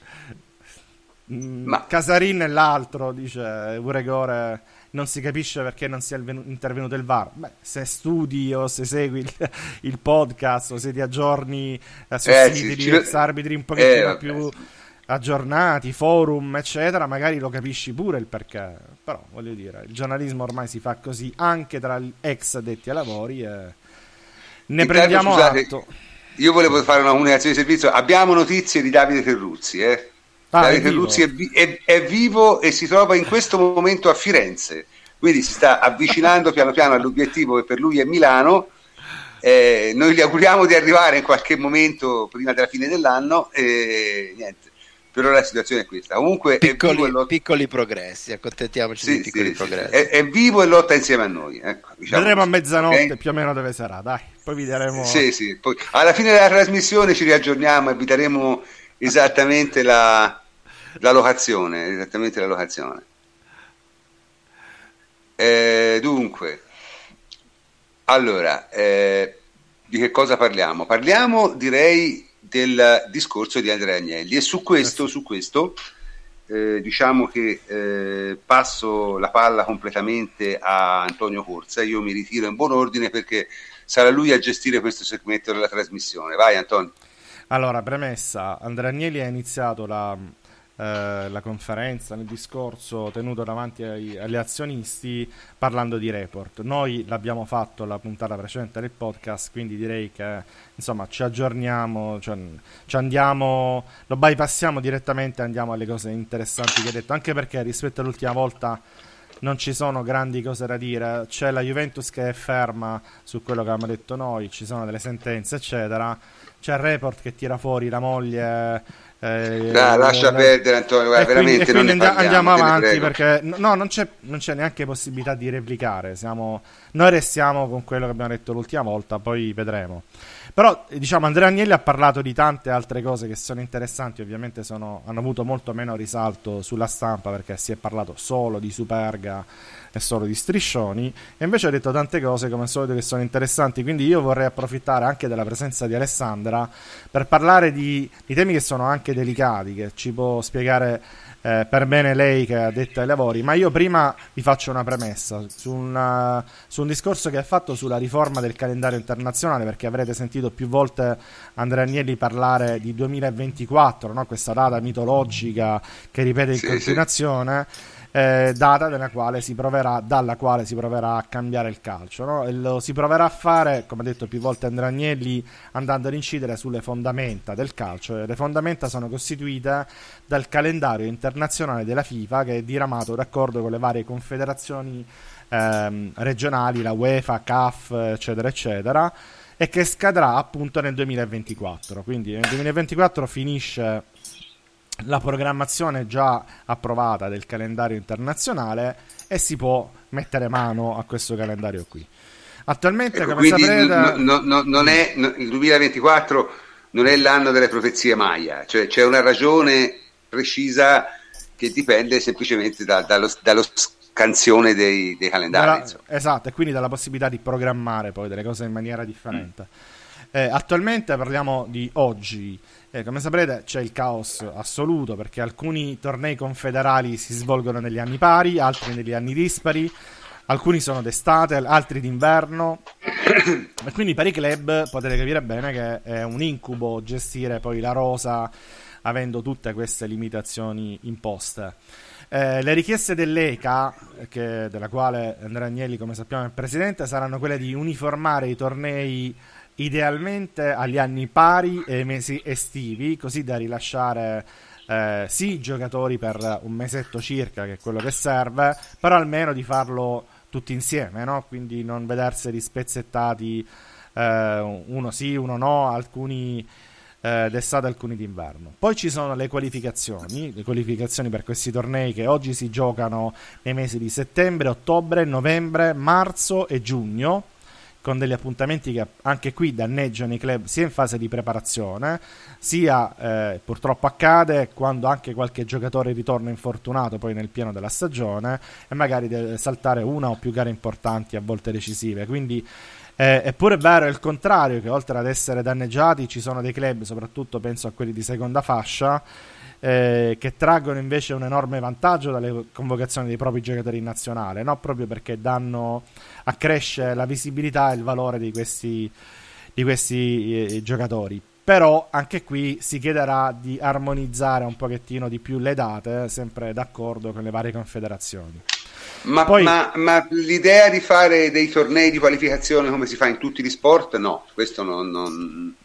Ma Casarin e l'altro dice un rigore, non si capisce perché non sia intervenuto il VAR. Beh, se studi o se segui il podcast o se ti aggiorni su siti di ex arbitri un pochettino più aggiornati, forum eccetera, magari lo capisci pure il perché. Però voglio dire, il giornalismo ormai si fa così anche tra gli ex addetti ai lavori e ne prendiamo atto. Io volevo fare una comunicazione di servizio. Abbiamo notizie di Davide Ferruzzi, Davide Ferruzzi è vivo e si trova in questo momento a Firenze, quindi si sta avvicinando piano piano all'obiettivo che per lui è Milano. Noi gli auguriamo di arrivare in qualche momento prima della fine dell'anno e niente. Per ora la situazione è questa. Comunque piccoli progressi, accontentiamoci di piccoli progressi. È vivo e lotta insieme a noi. Ecco, diciamo vedremo a mezzanotte più o meno dove sarà, dai. Poi vi daremo. Sì. Poi, alla fine della trasmissione ci riaggiorniamo e vi daremo esattamente la locazione. Dunque, allora, di che cosa parliamo? Parliamo, direi, del discorso di Andrea Agnelli, e su questo diciamo che passo la palla completamente a Antonio Corsa. Io mi ritiro in buon ordine perché sarà lui a gestire questo segmento della trasmissione. Vai Antonio. Allora, premessa, Andrea Agnelli ha iniziato la conferenza nel discorso tenuto davanti agli azionisti parlando di report. Noi l'abbiamo fatto la puntata precedente del podcast, quindi direi che insomma ci aggiorniamo, cioè, ci andiamo, lo bypassiamo direttamente, andiamo alle cose interessanti che ha detto, anche perché rispetto all'ultima volta non ci sono grandi cose da dire. C'è la Juventus che è ferma su quello che abbiamo detto noi, ci sono delle sentenze eccetera, c'è il report che tira fuori la moglie. Lascia perdere Antonio, veramente quindi non ne parliamo, andiamo avanti perché non c'è neanche possibilità di replicare. Noi restiamo con quello che abbiamo detto l'ultima volta, poi vedremo. Però diciamo Andrea Agnelli ha parlato di tante altre cose che sono interessanti, ovviamente hanno avuto molto meno risalto sulla stampa perché si è parlato solo di Superga e solo di striscioni, e invece ha detto tante cose come al solito che sono interessanti. Quindi io vorrei approfittare anche della presenza di Alessandra per parlare di temi che sono anche delicati, che ci può spiegare per bene lei che è addetta ai lavori. Ma io prima vi faccio una premessa su un discorso che ha fatto sulla riforma del calendario internazionale, perché avrete sentito più volte Andrea Agnelli parlare di 2024, no? Questa data mitologica che ripete in continuazione. Data dalla quale si proverà a cambiare il calcio, no? E lo si proverà a fare, come ha detto più volte Andrea Agnelli, andando ad incidere sulle fondamenta del calcio. E le fondamenta sono costituite dal calendario internazionale della FIFA, che è diramato d'accordo con le varie confederazioni regionali, la UEFA, CAF, eccetera eccetera, e che scadrà appunto nel 2024. Quindi nel 2024 finisce la programmazione già approvata del calendario internazionale e si può mettere mano a questo calendario qui. Attualmente, come saprete, il 2024 non è l'anno delle profezie Maya, cioè c'è una ragione precisa che dipende semplicemente dallo scansione dei calendari. Esatto, e quindi dalla possibilità di programmare poi delle cose in maniera differente. Attualmente parliamo di oggi. Come saprete c'è il caos assoluto perché alcuni tornei confederali si svolgono negli anni pari, altri negli anni dispari, alcuni sono d'estate, altri d'inverno, e quindi per i club potete capire bene che è un incubo gestire poi la rosa avendo tutte queste limitazioni imposte. Le richieste dell'ECA, della quale Andrea Agnelli, come sappiamo, è il presidente, saranno quelle di uniformare i tornei idealmente agli anni pari e ai mesi estivi, così da rilasciare sì i giocatori per un mesetto circa, che è quello che serve, però almeno di farlo tutti insieme, no? Quindi non vederseli spezzettati, uno sì, uno no, alcuni d'estate, alcuni d'inverno. Poi ci sono le qualificazioni per questi tornei che oggi si giocano nei mesi di settembre, ottobre, novembre, marzo e giugno, con degli appuntamenti che anche qui danneggiano i club sia in fase di preparazione, sia purtroppo accade quando anche qualche giocatore ritorna infortunato poi nel pieno della stagione e magari deve saltare una o più gare importanti, a volte decisive. Quindi è pure vero il contrario, che oltre ad essere danneggiati ci sono dei club, soprattutto penso a quelli di seconda fascia, che traggono invece un enorme vantaggio dalle convocazioni dei propri giocatori in nazionale, no? Proprio perché accresce la visibilità e il valore di questi giocatori. Però anche qui si chiederà di armonizzare un pochettino di più le date, sempre d'accordo con le varie confederazioni. Ma l'idea di fare dei tornei di qualificazione come si fa in tutti gli sport, no, questo non...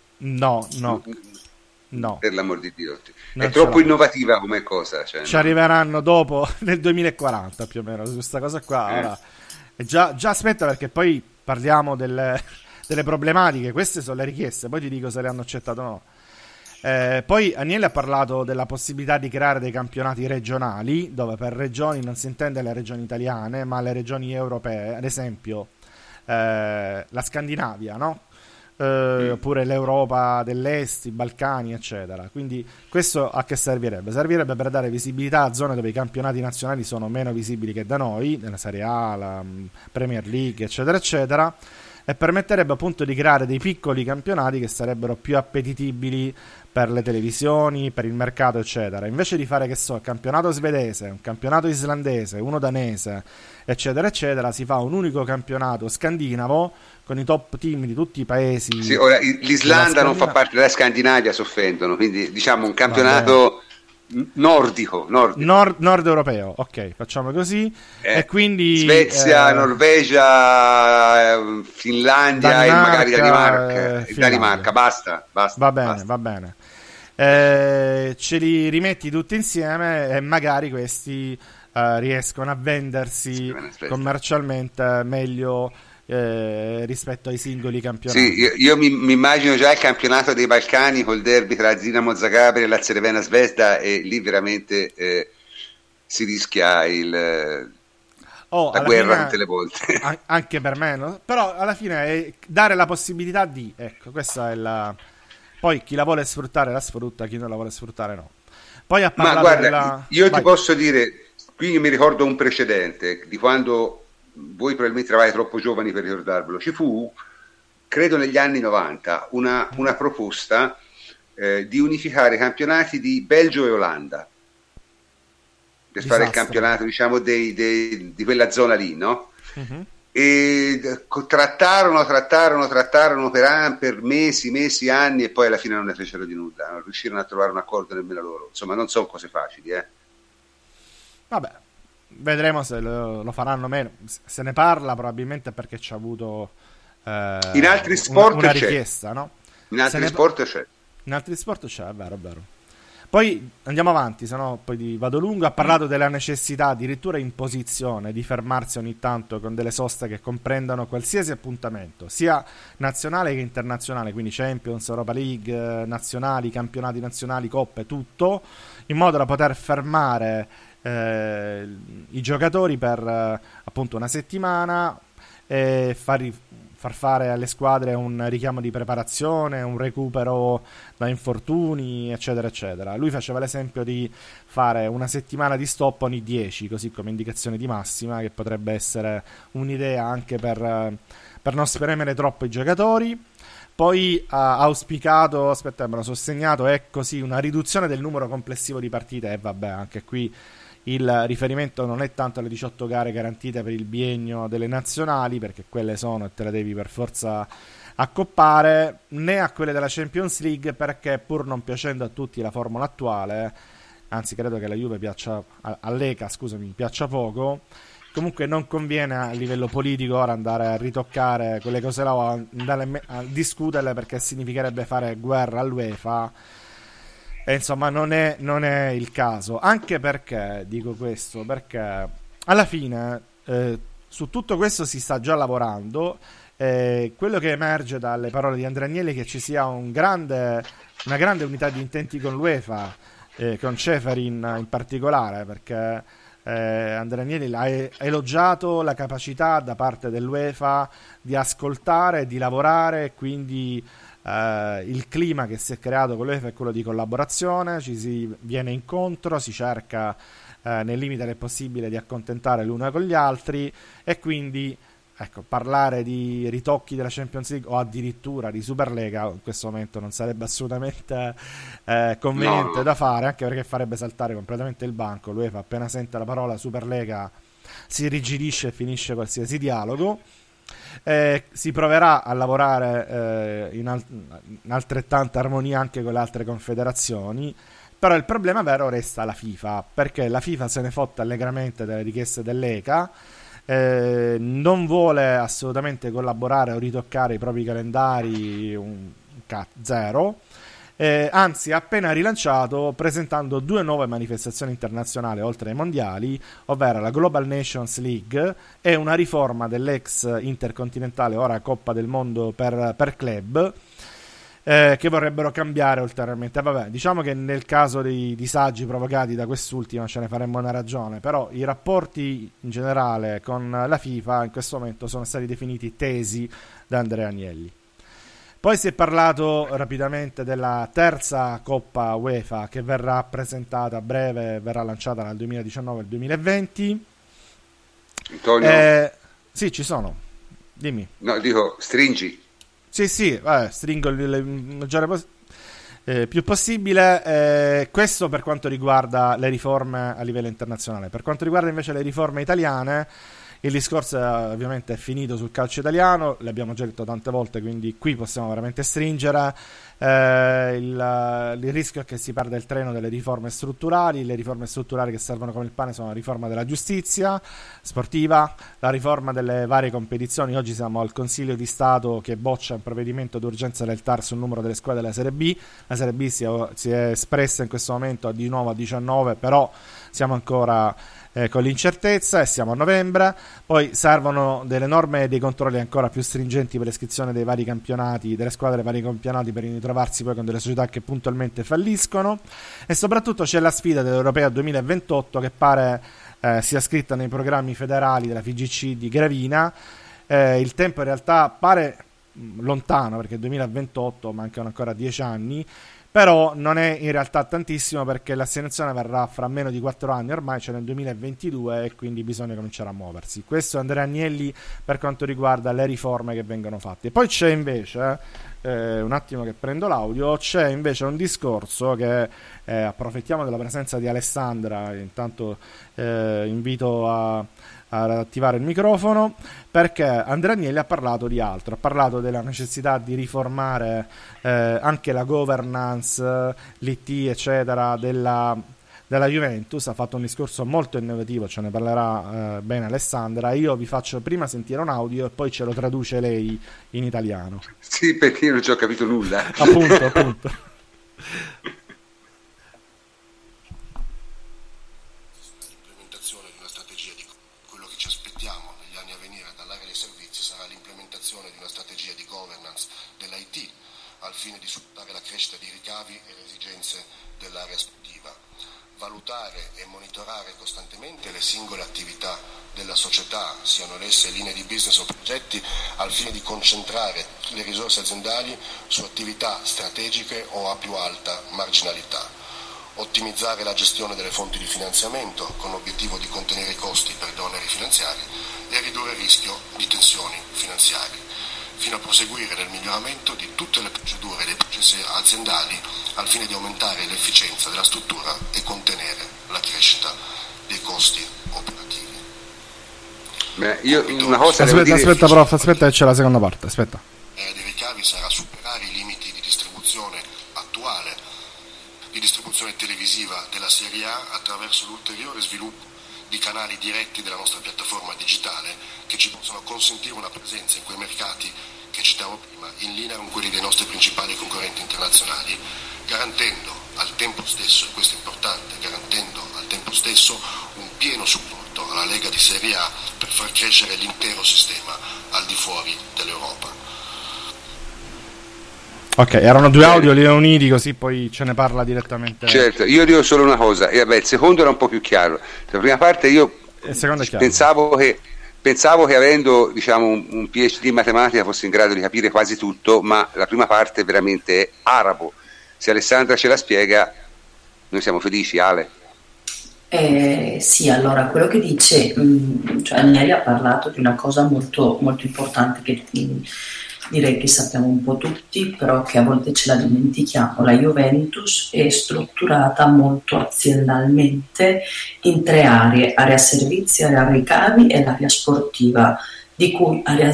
No, per l'amor di Dio, è troppo innovativa come cosa. Cioè, ci arriveranno dopo, nel 2040 più o meno, su questa cosa qua. Ora, già aspetta, perché poi parliamo delle problematiche. Queste sono le richieste, poi ti dico se le hanno accettate o no. Poi Agnelli ha parlato della possibilità di creare dei campionati regionali, dove per regioni non si intende le regioni italiane, ma le regioni europee, ad esempio la Scandinavia, no? Oppure l'Europa dell'Est, i Balcani, eccetera. Quindi questo a che servirebbe? Servirebbe per dare visibilità a zone dove i campionati nazionali sono meno visibili che da noi, nella Serie A, la Premier League, eccetera, eccetera, e permetterebbe appunto di creare dei piccoli campionati che sarebbero più appetitibili per le televisioni, per il mercato, eccetera. Invece di fare, che so, il campionato svedese, un campionato islandese, uno danese, eccetera, eccetera, si fa un unico campionato scandinavo con i top team di tutti i paesi. Sì, ora l'Islanda non fa parte della Scandinavia, si offendono, quindi diciamo un campionato nordico, nord europeo, ok, facciamo così. E quindi Svezia, Norvegia, Finlandia, Danimarca, e magari Danimarca, basta. Va bene. Ce li rimetti tutti insieme e magari questi riescono a vendersi commercialmente meglio rispetto ai singoli campionati. Sì, io mi immagino già il campionato dei Balcani col derby tra Dinamo Zagabria e la Crvena Zvezda, e lì veramente si rischia la guerra fine, tutte le volte. Anche per me, no? Però alla fine è dare la possibilità di, ecco, questa è poi chi la vuole sfruttare la sfrutta, chi non la vuole sfruttare no. Poi a parlare. Ma guarda, io ti posso dire, qui mi ricordo un precedente di quando voi probabilmente eravate troppo giovani per ricordarvelo. Ci fu, credo negli anni 90, una proposta di unificare i campionati di Belgio e Olanda per fare il campionato, diciamo, di quella zona lì, no? Uh-huh. E trattarono per mesi, anni, e poi alla fine non ne fecero di nulla, non riuscirono a trovare un accordo nemmeno loro. Insomma, non sono cose facili, Vabbè, vedremo se lo faranno o meno. Se ne parla probabilmente perché c'è avuto in altri sport una richiesta, no? In altri sport c'è. In altri sport c'è, è vero. Poi andiamo avanti, sennò poi vado lungo. Ha parlato della necessità, addirittura in posizione, di fermarsi ogni tanto con delle soste che comprendano qualsiasi appuntamento, sia nazionale che internazionale, quindi Champions, Europa League, nazionali, campionati nazionali, coppe, tutto, in modo da poter fermare i giocatori per appunto una settimana e far fare alle squadre un richiamo di preparazione, un recupero da infortuni, eccetera eccetera. Lui faceva l'esempio di fare una settimana di stop ogni 10, così come indicazione di massima, che potrebbe essere un'idea anche per non spremere troppo i giocatori. Poi ha auspicato, aspetta, me lo sono segnato, è così, una riduzione del numero complessivo di partite, e vabbè, anche qui il riferimento non è tanto alle 18 gare garantite per il biennio delle nazionali, perché quelle sono e te le devi per forza accoppare, né a quelle della Champions League, perché pur non piacendo a tutti la formula attuale, anzi credo che la Juve piaccia all'ECA, scusami, piaccia poco. Comunque non conviene a livello politico ora andare a ritoccare quelle cose là o andare a discuterle, perché significherebbe fare guerra all'UEFA e insomma non è il caso. Anche perché dico questo, perché alla fine su tutto questo si sta già lavorando. Quello che emerge dalle parole di Andrea Agnelli è che ci sia una grande unità di intenti con l'UEFA, con Ceferin in particolare, perché Andrea Agnelli ha elogiato la capacità da parte dell'UEFA di ascoltare, di lavorare, e quindi il clima che si è creato con l'UEFA è quello di collaborazione, ci si viene incontro, si cerca nel limite del possibile di accontentare l'uno con gli altri, e quindi ecco, parlare di ritocchi della Champions League o addirittura di Superlega in questo momento non sarebbe assolutamente conveniente da fare, anche perché farebbe saltare completamente il banco. L'UEFA appena sente la parola Superlega si irrigidisce e finisce qualsiasi dialogo. Si proverà a lavorare in altrettanta armonia anche con le altre confederazioni, però il problema vero resta la FIFA, perché la FIFA se ne fotte allegramente delle richieste dell'ECA. Non vuole assolutamente collaborare o ritoccare i propri calendari, zero, anzi ha appena rilanciato presentando 2 nuove manifestazioni internazionali oltre ai mondiali, ovvero la Global Nations League e una riforma dell'ex intercontinentale, ora Coppa del Mondo per club, che vorrebbero cambiare ulteriormente. Vabbè, diciamo che nel caso dei disagi provocati da quest'ultima ce ne faremmo una ragione, però i rapporti in generale con la FIFA in questo momento sono stati definiti tesi da Andrea Agnelli. Poi si è parlato rapidamente della terza Coppa UEFA che verrà presentata a breve, verrà lanciata nel 2019 e 2020. Antonio? Sì, ci sono. Dimmi. No, dico, stringi. Sì, stringo il maggiore più possibile. Questo per quanto riguarda le riforme a livello internazionale. Per quanto riguarda invece le riforme italiane, il discorso ovviamente è finito sul calcio italiano, l'abbiamo già detto tante volte, quindi qui possiamo veramente stringere. Il rischio è che si perda il treno delle riforme strutturali. Le riforme strutturali che servono come il pane sono la riforma della giustizia sportiva, la riforma delle varie competizioni. Oggi siamo al Consiglio di Stato che boccia un provvedimento d'urgenza del TAR sul numero delle squadre della Serie B. La Serie B si è espressa in questo momento di nuovo a 19, però siamo ancora con l'incertezza e siamo a novembre. Poi servono delle norme e dei controlli ancora più stringenti per l'iscrizione dei vari campionati, delle squadre dei vari campionati, per ritrovarsi poi con delle società che puntualmente falliscono. E soprattutto c'è la sfida dell'Europea 2028 che pare sia scritta nei programmi federali della FIGC di Gravina. Il tempo in realtà pare lontano, perché 2028 mancano ancora 10 anni, però non è in realtà tantissimo, perché l'assegnazione verrà fra meno di 4 anni, ormai c'è nel 2022 e quindi bisogna cominciare a muoversi. Questo è Andrea Agnelli per quanto riguarda le riforme che vengono fatte. Poi c'è invece un attimo che prendo l'audio, c'è invece un discorso che approfittiamo della presenza di Alessandra, intanto invito ad attivare il microfono, perché Andrea Agnelli ha parlato di altro, ha parlato della necessità di riformare anche la governance, l'IT eccetera della Juventus. Ha fatto un discorso molto innovativo, ce ne parlerà bene Alessandra. Io vi faccio prima sentire un audio e poi ce lo traduce lei in italiano. Sì, perché io non ci ho capito nulla. appunto al fine di sfruttare la crescita di ricavi e le esigenze dell'area sportiva, valutare e monitorare costantemente le singole attività della società, siano esse linee di business o progetti, al fine di concentrare le risorse aziendali su attività strategiche o a più alta marginalità, ottimizzare la gestione delle fonti di finanziamento con l'obiettivo di contenere i costi per gli oneri finanziari e ridurre il rischio di tensioni finanziarie, fino a proseguire nel miglioramento di tutte le procedure e dei processi aziendali al fine di aumentare l'efficienza della struttura e contenere la crescita dei costi operativi. Beh, io una cosa aspetta prof, aspetta che c'è la seconda parte, aspetta. Dei ricavi sarà superare i limiti di distribuzione attuale di distribuzione televisiva della Serie A attraverso l'ulteriore sviluppo di canali diretti della nostra piattaforma digitale che ci possono consentire una presenza in quei mercati che citavo prima, in linea con quelli dei nostri principali concorrenti internazionali, garantendo al tempo stesso, e questo è importante, garantendo al tempo stesso un pieno supporto alla Lega di Serie A per far crescere l'intero sistema al di fuori dell'Europa. Ok, erano due audio, li ho uniti così poi ce ne parla direttamente. Certo, io dico solo una cosa, e vabbè, il secondo era un po' più chiaro. La prima parte io pensavo che avendo, diciamo, un PhD in matematica fosse in grado di capire quasi tutto, ma la prima parte veramente è arabo. Se Alessandra ce la spiega, noi siamo felici. Ale? Sì, allora quello che dice, cioè Agnelli ha parlato di una cosa molto, molto importante che direi che sappiamo un po' tutti, però che a volte ce la dimentichiamo. La Juventus è strutturata molto aziendalmente in tre aree: area servizi, area ricavi e l'area sportiva, di cui area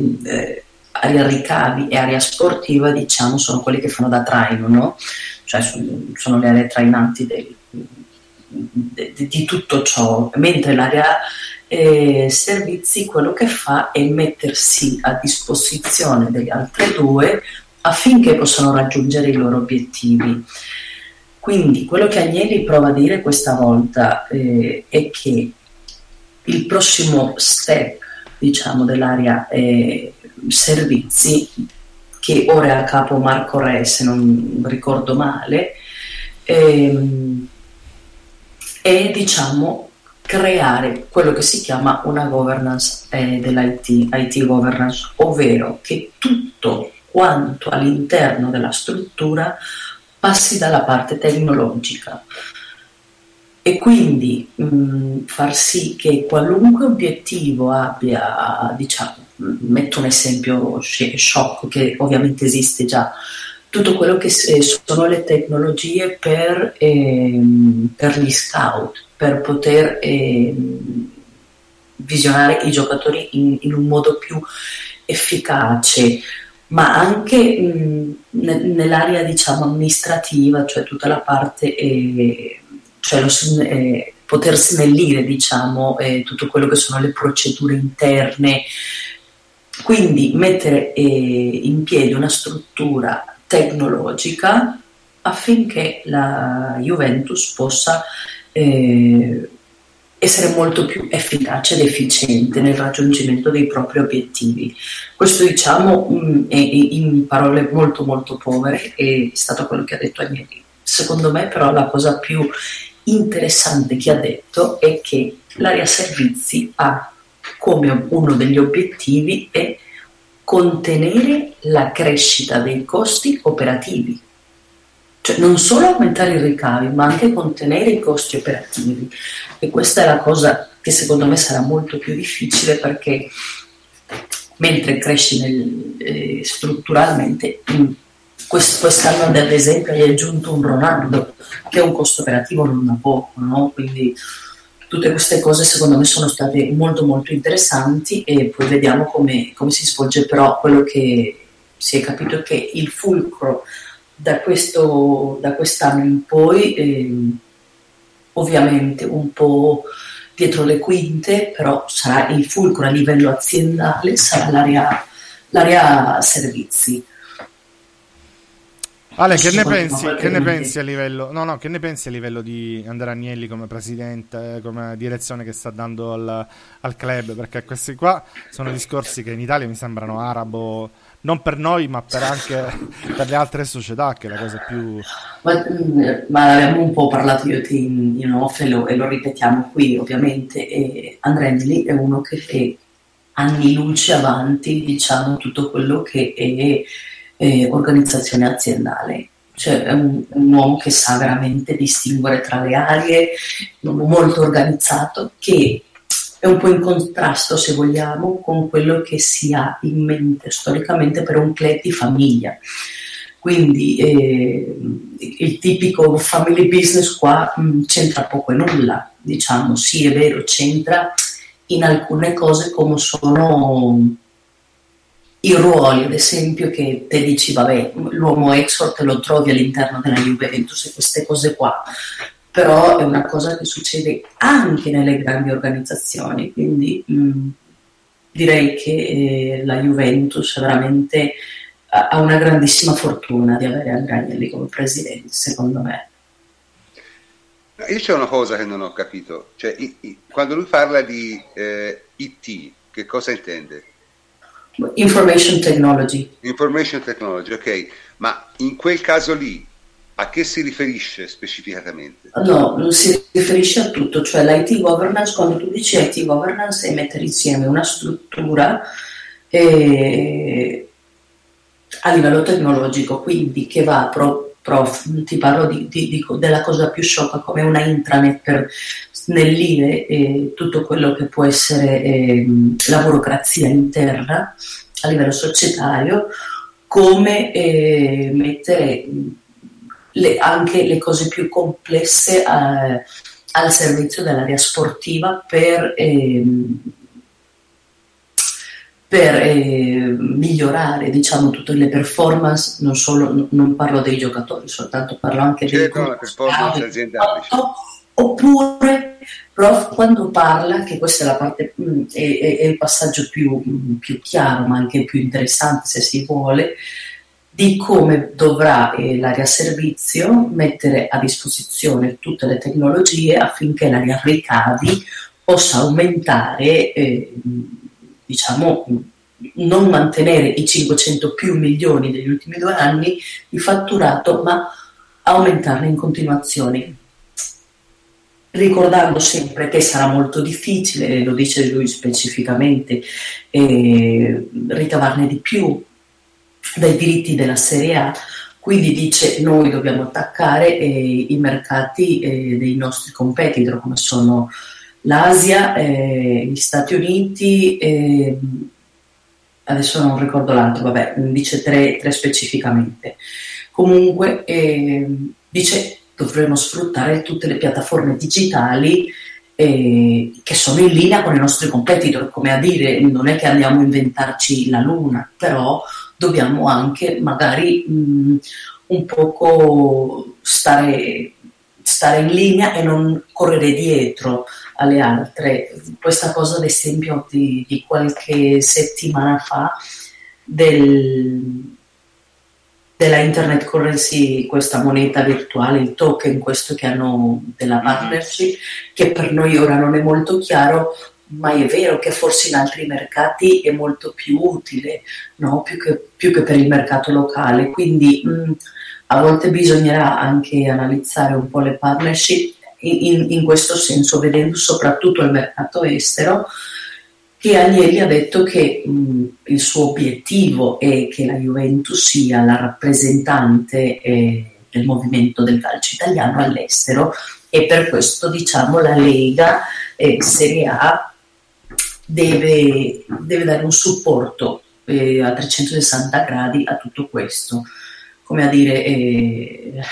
ricavi e area sportiva, diciamo, sono quelle che fanno da traino, no? Cioè sono le aree trainanti di tutto ciò, mentre l'area servizi quello che fa è mettersi a disposizione delle altre due affinché possano raggiungere i loro obiettivi. Quindi quello che Agnelli prova a dire questa volta è che il prossimo step, diciamo, dell'area servizi, che ora è a capo Marco Re, se non ricordo male, è, diciamo, creare quello che si chiama una governance IT governance, ovvero che tutto quanto all'interno della struttura passi dalla parte tecnologica e quindi far sì che qualunque obiettivo abbia, diciamo, metto un esempio sciocco che ovviamente esiste già, tutto quello che sono le tecnologie per gli scout, per poter visionare i giocatori in un modo più efficace, ma anche nell'area, diciamo, amministrativa, cioè tutta la parte, cioè poter snellire, diciamo, tutto quello che sono le procedure interne, quindi mettere in piedi una struttura tecnologica affinché la Juventus possa essere molto più efficace ed efficiente nel raggiungimento dei propri obiettivi. Questo, diciamo, in parole molto molto povere è stato quello che ha detto Agnelli. Secondo me però la cosa più interessante che ha detto è che l'area servizi ha come uno degli obiettivi è contenere la crescita dei costi operativi. Cioè non solo aumentare i ricavi, ma anche contenere i costi operativi. E questa è la cosa che secondo me sarà molto più difficile, perché mentre cresci strutturalmente, quest'anno ad esempio hai aggiunto un Ronaldo, che è un costo operativo non da poco, no? Quindi tutte queste cose secondo me sono state molto molto interessanti e poi vediamo come si svolge. Però quello che si è capito è che il fulcro da quest'anno in poi, ovviamente un po' dietro le quinte, però sarà il fulcro a livello aziendale, sarà l'area servizi. Ale, che ne pensi a livello di Andrea Agnelli come presidente, come direzione che sta dando al club? Perché questi qua sono discorsi che in Italia mi sembrano arabo, non per noi ma anche per le altre società, che è la cosa più... Ma abbiamo un po' parlato io e te in off e lo ripetiamo qui ovviamente, e Andrea Agnelli è uno che è anni luce avanti, diciamo, tutto quello che è organizzazione aziendale. Cioè è un uomo che sa veramente distinguere tra le aree, un uomo molto organizzato, che è un po' in contrasto, se vogliamo, con quello che si ha in mente storicamente per un club di famiglia. Quindi il tipico family business qua c'entra poco e nulla, diciamo. Sì, è vero, c'entra in alcune cose come sono i ruoli, ad esempio, che te dici, vabbè, l'uomo Exor te lo trovi all'interno della Juventus e queste cose qua, però è una cosa che succede anche nelle grandi organizzazioni, quindi direi che la Juventus veramente ha una grandissima fortuna di avere Andrea Agnelli come presidente, secondo me. Io c'è una cosa che non ho capito, cioè quando lui parla di IT, che cosa intende? Information technology. Information technology, ok, ma in quel caso lì a che si riferisce specificatamente? No, si riferisce a tutto, cioè l'IT governance, quando tu dici IT governance è mettere insieme una struttura a livello tecnologico, quindi che va ti parlo della cosa più sciocca come una intranet per snellire tutto quello che può essere la burocrazia interna a livello societario, come mettere anche le cose più complesse al servizio dell'area sportiva per migliorare, diciamo, tutte le performance, non parlo dei giocatori, soltanto parlo anche delle performance aziendali. Oppure Prof, quando parla, che questa è la parte è il passaggio più chiaro ma anche più interessante se si vuole, di come dovrà l'area servizio mettere a disposizione tutte le tecnologie affinché l'area ricavi possa aumentare, diciamo, non mantenere i 500 più milioni degli ultimi 2 anni di fatturato, ma aumentarne in continuazione. Ricordando sempre che sarà molto difficile, lo dice lui specificamente, ricavarne di più dai diritti della Serie A, quindi dice noi dobbiamo attaccare i mercati dei nostri competitor come sono l'Asia, gli Stati Uniti, adesso non ricordo l'altro, vabbè, dice tre specificamente. Comunque dice dovremo sfruttare tutte le piattaforme digitali che sono in linea con i nostri competitor, come a dire, non è che andiamo a inventarci la luna, però dobbiamo anche magari un poco stare in linea e non correre dietro alle altre. Questa cosa, ad esempio, di qualche settimana fa della internet currency, questa moneta virtuale, il token, questo che hanno della partnership, che per noi ora non è molto chiaro, ma è vero che forse in altri mercati è molto più utile, no? più che per il mercato locale, quindi a volte bisognerà anche analizzare un po' le partnership in questo senso, vedendo soprattutto il mercato estero, che Agnelli ha detto che il suo obiettivo è che la Juventus sia la rappresentante del movimento del calcio italiano all'estero, e per questo, diciamo, la Lega Serie A deve dare un supporto a 360 gradi a tutto questo, come a dire,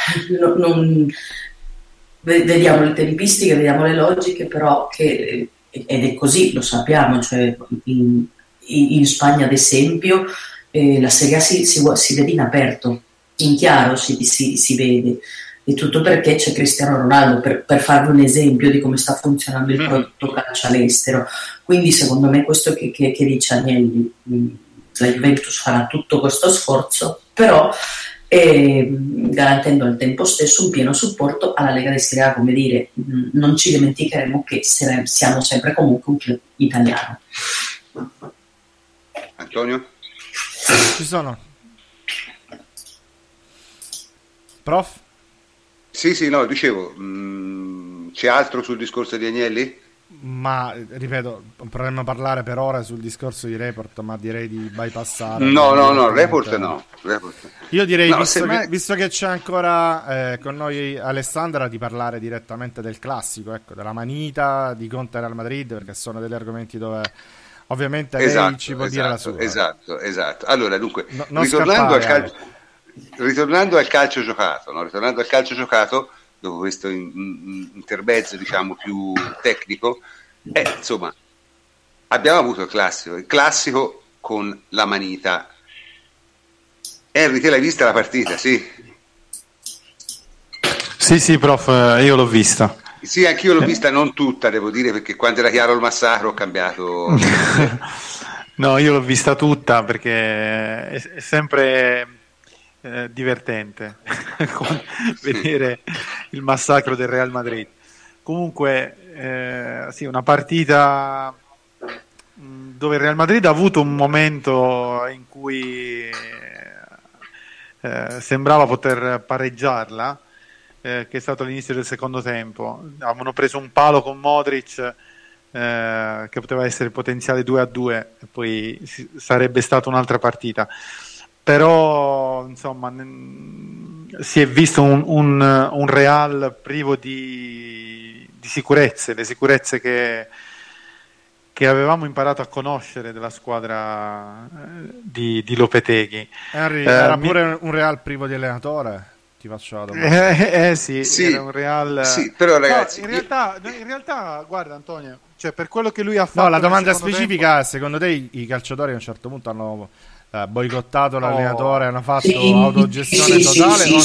vediamo le tempistiche, vediamo le logiche, però che ed è così, lo sappiamo, cioè in Spagna ad esempio la Serie A si vede in aperto, in chiaro si vede, e tutto perché c'è Cristiano Ronaldo, per farvi un esempio di come sta funzionando il prodotto calcio all'estero. Quindi secondo me questo che dice Agnelli, la Juventus farà tutto questo sforzo, però garantendo al tempo stesso un pieno supporto alla Lega di Serie A, come dire, non ci dimenticheremo che siamo sempre comunque un club italiano. Antonio? Ci sono. Prof? Sì, no, dicevo, c'è altro sul discorso di Agnelli? Ma ripeto, potremmo parlare per ora sul discorso di Report, ma direi di bypassare. No, Report no. Io direi, visto che c'è ancora con noi Alessandra, di parlare direttamente del classico, ecco, della manita di Conte Real Madrid, perché sono degli argomenti dove ovviamente lei ci può dire la sua. Esatto. Allora, dunque, ritornando al calcio giocato, dopo questo intermezzo, diciamo, più tecnico, insomma, abbiamo avuto il classico con la manita. Henry, te l'hai vista la partita? Sì, prof, io l'ho vista. Sì, anch'io l'ho vista, non tutta, devo dire, perché quando era chiaro il massacro ho cambiato. No, io l'ho vista tutta perché è sempre divertente vedere il massacro del Real Madrid. Comunque, sì, una partita dove il Real Madrid ha avuto un momento in cui sembrava poter pareggiarla, che è stato all'inizio del secondo tempo. Avevano preso un palo con Modric che poteva essere il potenziale 2-2 e poi sarebbe stata un'altra partita, però insomma si è visto un Real privo di sicurezze, le sicurezze che avevamo imparato a conoscere della squadra di Lopetegui. Henry, era pure un Real privo di allenatore? Ti faccio la domanda. Sì, sì, era un Real. Sì, però ragazzi, no, in realtà, guarda Antonio, cioè per quello che lui ha fatto. No, la domanda specifica è: secondo te i calciatori a un certo punto hanno boicottato l'allenatore, hanno fatto autogestione totale o no?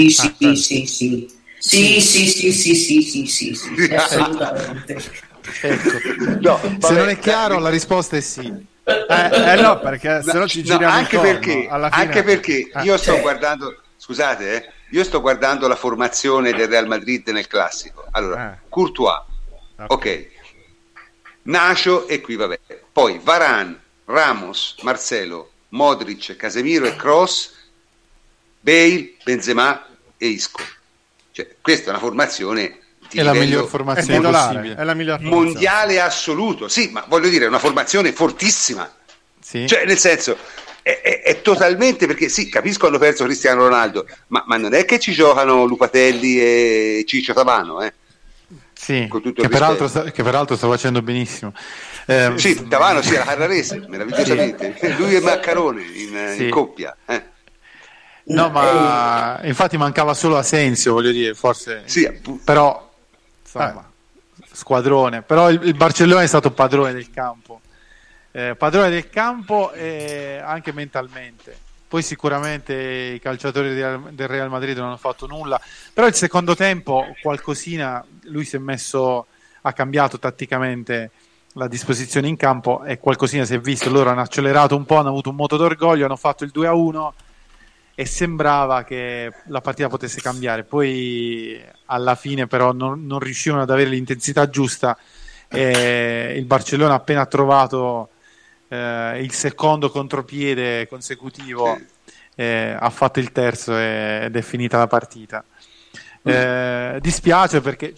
Sì, assolutamente. Ecco. No, se non è chiaro la risposta è sì. No, perché se no ci giriamo anche intorno, perché, alla fine... anche perché io sto guardando, scusate, io sto guardando la formazione del Real Madrid nel classico. Allora, Courtois, ok, Nacho e qui vabbè, poi Varane, Ramos, Marcelo, Modric, Casemiro e Kroos, Bale, Benzema e Isco. Cioè, questa è una formazione di è la miglior formazione possibile, è la miglior mondiale assoluto. Sì, ma voglio dire, è una formazione fortissima. Sì. Cioè, nel senso, è totalmente, perché sì, capisco hanno perso Cristiano Ronaldo, ma non è che ci giocano Lupatelli e Ciccio Tavano, Sì, che peraltro sta facendo benissimo. Sì, Tavano sì, alla Carrarese, meravigliosamente. Sì. Lui e Maccarone in coppia. No, ma infatti mancava solo Asensio, voglio dire, forse. Sì, però insomma, squadrone. Però il Barcellona è stato padrone del campo. Padrone del campo e anche mentalmente. Poi sicuramente i calciatori del Real Madrid non hanno fatto nulla, però il secondo tempo qualcosina lui si è messo, ha cambiato tatticamente la disposizione in campo e qualcosina si è visto. Loro hanno accelerato un po', hanno avuto un moto d'orgoglio, hanno fatto il 2-1 e sembrava che la partita potesse cambiare. Poi alla fine però non riuscivano ad avere l'intensità giusta e il Barcellona appena trovato il secondo contropiede consecutivo ha fatto il terzo ed è finita la partita. Dispiace perché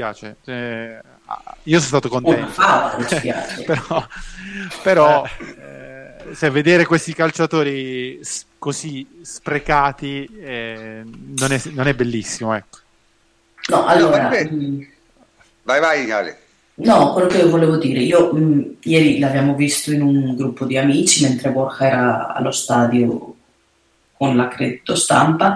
io sono stato contento però se vedere questi calciatori così sprecati non è bellissimo, ecco. No, allora vai Ale. No, quello che io volevo dire, io ieri l'abbiamo visto in un gruppo di amici mentre Borja era allo stadio con l'accredito stampa,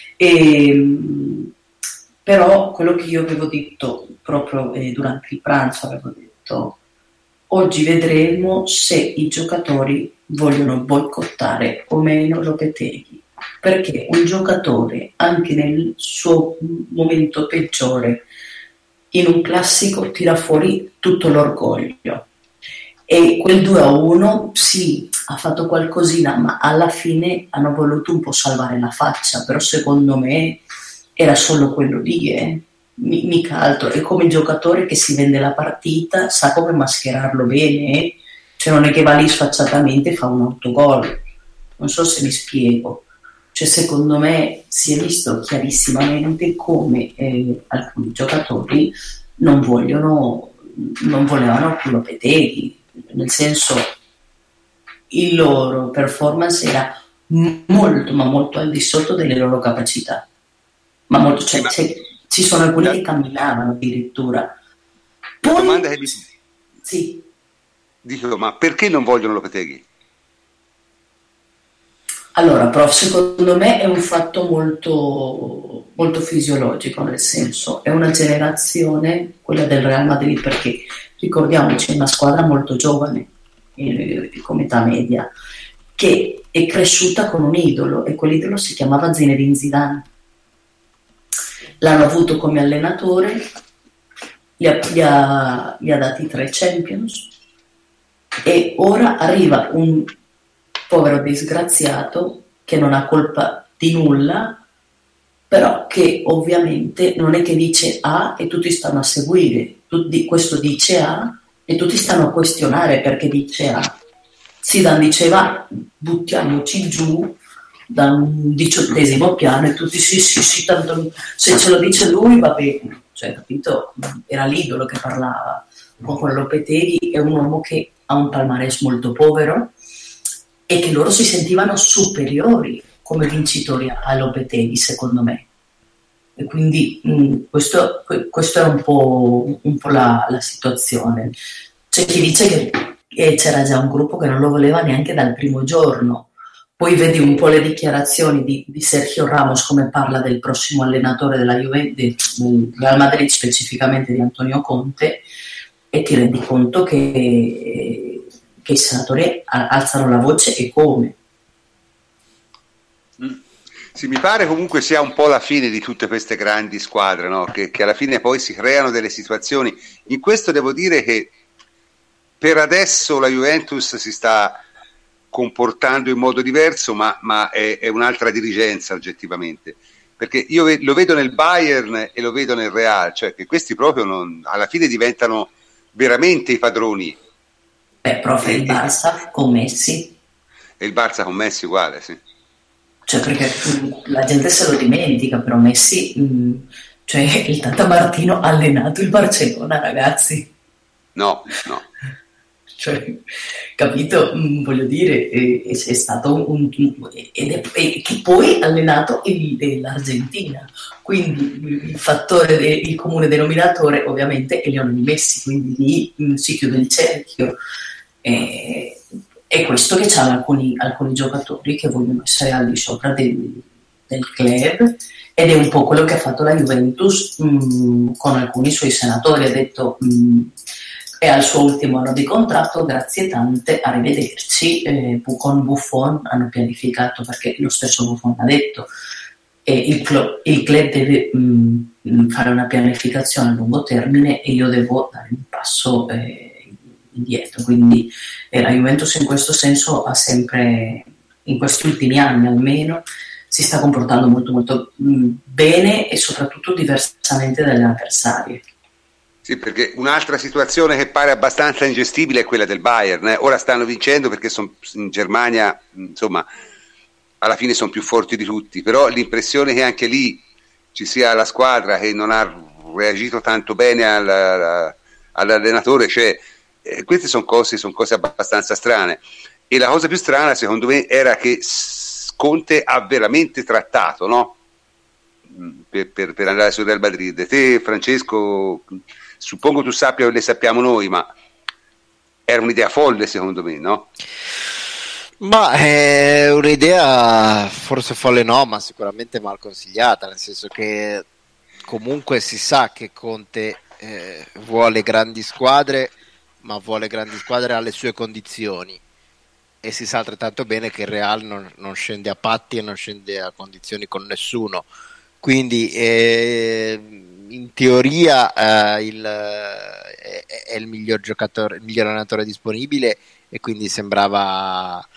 però quello che io avevo detto proprio durante il pranzo, avevo detto oggi vedremo se i giocatori vogliono boicottare o meno Lopetegui, perché un giocatore anche nel suo momento peggiore in un classico tira fuori tutto l'orgoglio, e quel 2-1 sì, ha fatto qualcosina, ma alla fine hanno voluto un po' salvare la faccia, però secondo me era solo quello lì, mica altro. È come il giocatore che si vende la partita, sa come mascherarlo bene, cioè non è che va lì sfacciatamente e fa un autogol, non so se mi spiego. Cioè, secondo me si è visto chiarissimamente come alcuni giocatori non volevano più Lopetegui, nel senso il loro performance era molto ma molto al di sotto delle loro capacità, ma molto, ci sono alcuni che camminavano addirittura. Poi, la domanda è sì. Dico, ma perché non vogliono Lopetegui? Allora, prof, secondo me è un fatto molto, molto fisiologico, nel senso è una generazione, quella del Real Madrid, perché ricordiamoci è una squadra molto giovane, come età media, che è cresciuta con un idolo, e quell'idolo si chiamava Zinedine Zidane. L'hanno avuto come allenatore, gli ha dati 3 Champions, e ora arriva un povero disgraziato che non ha colpa di nulla, però che ovviamente non è che dice A e tutti stanno a seguire, questo dice A e tutti stanno a questionare perché dice A. Zidane diceva buttiamoci giù da un 18° piano, e tutti sì, tanto se ce lo dice lui va bene, cioè, capito? Era l'idolo che parlava. Con Lopetegui è un uomo che ha un palmarès molto povero e che loro si sentivano superiori come vincitori a Lopetegui, secondo me. E quindi questo è un po' la situazione. C'è chi dice che c'era già un gruppo che non lo voleva neanche dal primo giorno. Poi vedi un po' le dichiarazioni di Sergio Ramos, come parla del prossimo allenatore della Juventus, del Real Madrid, specificamente di Antonio Conte, e ti rendi conto che i senatori alzano la voce, e come. Sì, mi pare comunque sia un po' la fine di tutte queste grandi squadre, no? Che alla fine poi si creano delle situazioni. In questo devo dire che per adesso la Juventus si sta comportando in modo diverso, ma è un'altra dirigenza oggettivamente, perché io lo vedo nel Bayern e lo vedo nel Real, cioè che questi proprio alla fine diventano veramente i padroni. Prof, il Barça con Messi. E il Barça con Messi uguale, sì. Cioè, perché la gente se lo dimentica, però Messi, cioè il Tata Martino ha allenato il Barcellona, ragazzi. No. Cioè, capito? Voglio dire, è stato che poi ha allenato l'Argentina, quindi il fattore, il comune denominatore ovviamente è Lionel Messi, quindi lì si chiude il cerchio. È questo che c'hanno alcuni giocatori che vogliono essere al di sopra del club, ed è un po' quello che ha fatto la Juventus con alcuni suoi senatori. Ha detto è al suo ultimo anno di contratto, grazie tante, arrivederci. Con Buffon hanno pianificato, perché lo stesso Buffon ha detto il club deve fare una pianificazione a lungo termine e io devo dare un passo indietro. Quindi la Juventus in questo senso ha sempre, in questi ultimi anni almeno, si sta comportando molto molto bene, e soprattutto diversamente dalle avversarie. Sì, perché un'altra situazione che pare abbastanza ingestibile è quella del Bayern. Ora stanno vincendo perché in Germania, insomma, alla fine sono più forti di tutti, però l'impressione che anche lì ci sia la squadra che non ha reagito tanto bene all'allenatore, cioè queste sono cose abbastanza strane. E la cosa più strana, secondo me, era che Conte ha veramente trattato, no? Per andare sul Real Madrid. Te, Francesco, suppongo tu sappia, le sappiamo noi, ma era un'idea folle, secondo me, no? Ma è un'idea forse folle, no, ma sicuramente mal consigliata, nel senso che comunque si sa che Conte vuole grandi squadre, ma vuole grandi squadre alle sue condizioni, e si sa altrettanto bene che il Real non scende a patti e non scende a condizioni con nessuno, quindi in teoria è il miglior giocatore, il miglior allenatore disponibile, e quindi sembrava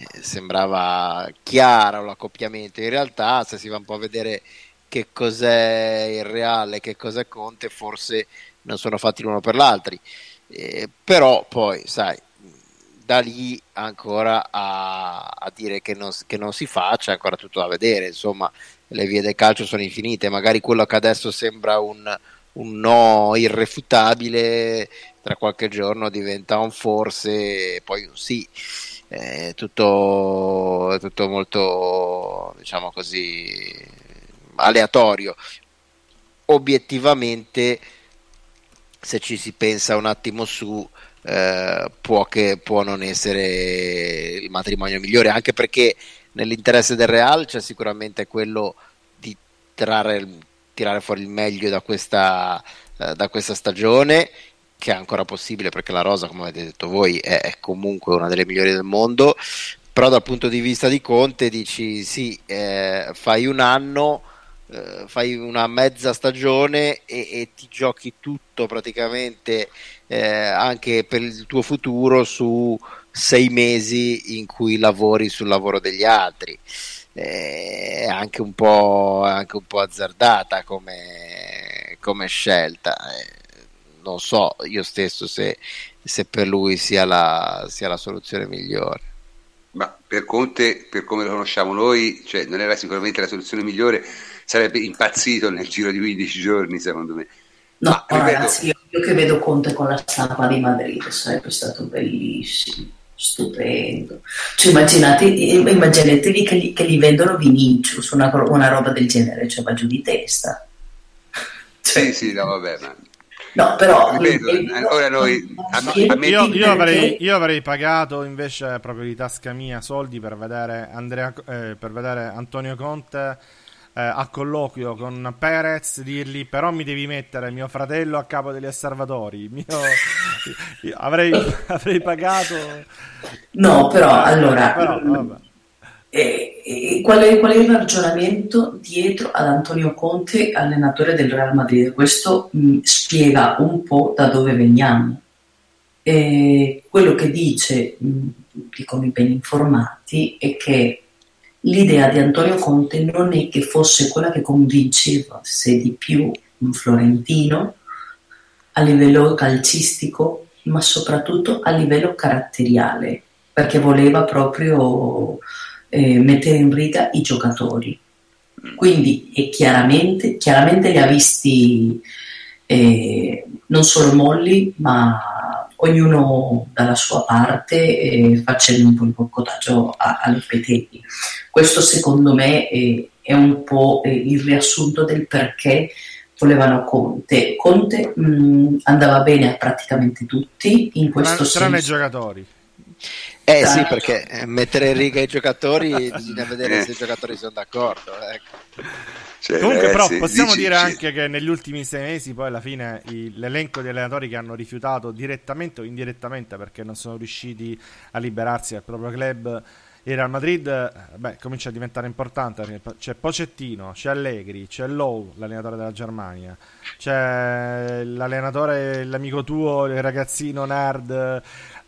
chiaro l'accoppiamento. In realtà, se si va un po' a vedere che cos'è il Real e che cos'è Conte, forse non sono fatti l'uno per l'altro, però poi sai, da lì ancora a dire che non si fa, c'è ancora tutto da vedere. Insomma, le vie del calcio sono infinite, magari quello che adesso sembra un no irrefutabile tra qualche giorno diventa un forse e poi un sì. È tutto molto, diciamo così, aleatorio. Obiettivamente, se ci si pensa un attimo su, può non essere il matrimonio migliore, anche perché nell'interesse del Real c'è sicuramente quello di tirare fuori il meglio da questa stagione, che è ancora possibile, perché la rosa, come avete detto voi, è comunque una delle migliori del mondo, però dal punto di vista di Conte dici sì, fai un anno, fai una mezza stagione e ti giochi tutto praticamente, anche per il tuo futuro, su 6 mesi in cui lavori sul lavoro degli altri. È anche un po' azzardata come scelta. Non so io stesso se per lui sia la soluzione migliore. Ma per Conte, per come lo conosciamo noi, cioè, non era sicuramente la soluzione migliore, sarebbe impazzito nel giro di 15 giorni, secondo me. No, Ma, ripeto, ragazzi, io che vedo Conte con la stampa di Madrid sarebbe stato bellissimo, stupendo. Cioè, immaginatevi che gli vendono Vinicius, una roba del genere, cioè va giù di testa. Cioè, sì, no, vabbè, ma... No, però ripeto, ora noi io avrei pagato invece proprio di tasca mia soldi per vedere Antonio Conte a colloquio con Perez, dirgli però mi devi mettere mio fratello a capo degli osservatori. Io avrei pagato. No, però allora vabbè. qual è il ragionamento dietro ad Antonio Conte, allenatore del Real Madrid? Questo spiega un po' da dove veniamo. Quello che dicono i ben informati, è che l'idea di Antonio Conte non è che fosse quella che convinceva se di più un Florentino a livello calcistico, ma soprattutto a livello caratteriale, perché voleva proprio mettere in riga i giocatori. Quindi chiaramente li ha visti non solo molli, ma ognuno dalla sua parte, facendo un po' il boccotaggio a Lopetegui. Questo secondo me è un po' il riassunto del perché volevano Conte. Conte andava bene a praticamente tutti in questo senso. Tranne i giocatori. Sì, perché mettere in riga i giocatori bisogna vedere se i giocatori sono d'accordo. Ecco. Cioè, comunque però possiamo dire anche che negli ultimi 6 mesi poi alla fine l'elenco di allenatori che hanno rifiutato direttamente o indirettamente perché non sono riusciti a liberarsi del proprio club, il Real Madrid comincia a diventare importante. C'è Pochettino, c'è Allegri, c'è Lowe, l'allenatore della Germania, c'è l'allenatore, l'amico tuo, il ragazzino nerd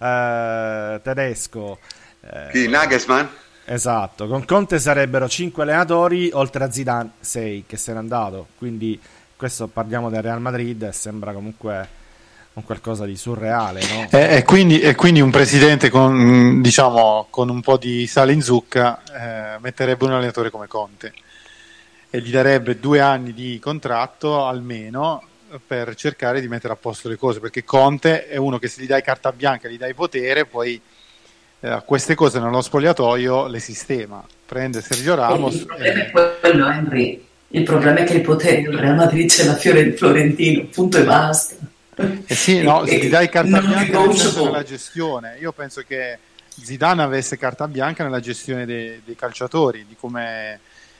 tedesco, Nagelsmann. Esatto, con Conte sarebbero 5 allenatori oltre a Zidane 6 che se n'è andato, quindi questo parliamo del Real Madrid e sembra comunque un qualcosa di surreale, no? E quindi un presidente con un po' di sale in zucca metterebbe un allenatore come Conte e gli darebbe 2 anni di contratto almeno per cercare di mettere a posto le cose, perché Conte è uno che se gli dai carta bianca, gli dai potere, poi queste cose nello spogliatoio le sistema. Prende Sergio Ramos. Il problema è quello, Henry. Il problema è che il potere del Real Madrid c'è la Florentino, punto e basta. Sì, no, se gli dai carta bianca nella gestione. Io penso che Zidane avesse carta bianca nella gestione dei calciatori, di come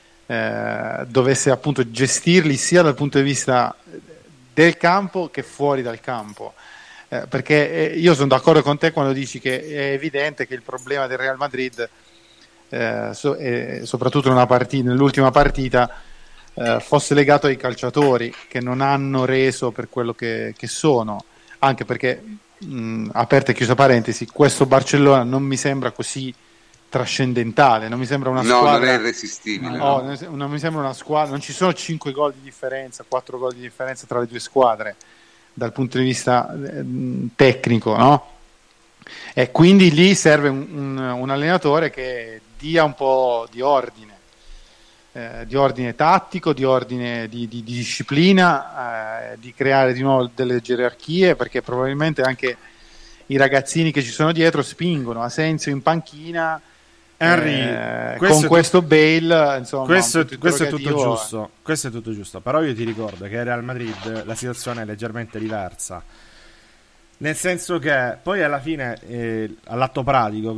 dovesse appunto gestirli sia dal punto di vista del campo che fuori dal campo. Perché io sono d'accordo con te quando dici che è evidente che il problema del Real Madrid, soprattutto nell'ultima partita, fosse legato ai calciatori che non hanno reso per quello che sono, anche perché, aperta e chiusa parentesi, questo Barcellona non mi sembra così trascendentale, non mi sembra una squadra, non è irresistibile, non mi sembra una squadra, non ci sono 5 gol di differenza, 4 gol di differenza tra le due squadre dal punto di vista tecnico, no? E quindi lì serve un allenatore che dia un po' di ordine tattico, di ordine di disciplina, di creare di nuovo delle gerarchie, perché probabilmente anche i ragazzini che ci sono dietro spingono. Asensio in panchina, Henry, con questo Bale, insomma, questo è tutto giusto, però io ti ricordo che a Real Madrid la situazione è leggermente diversa, nel senso che poi alla fine all'atto pratico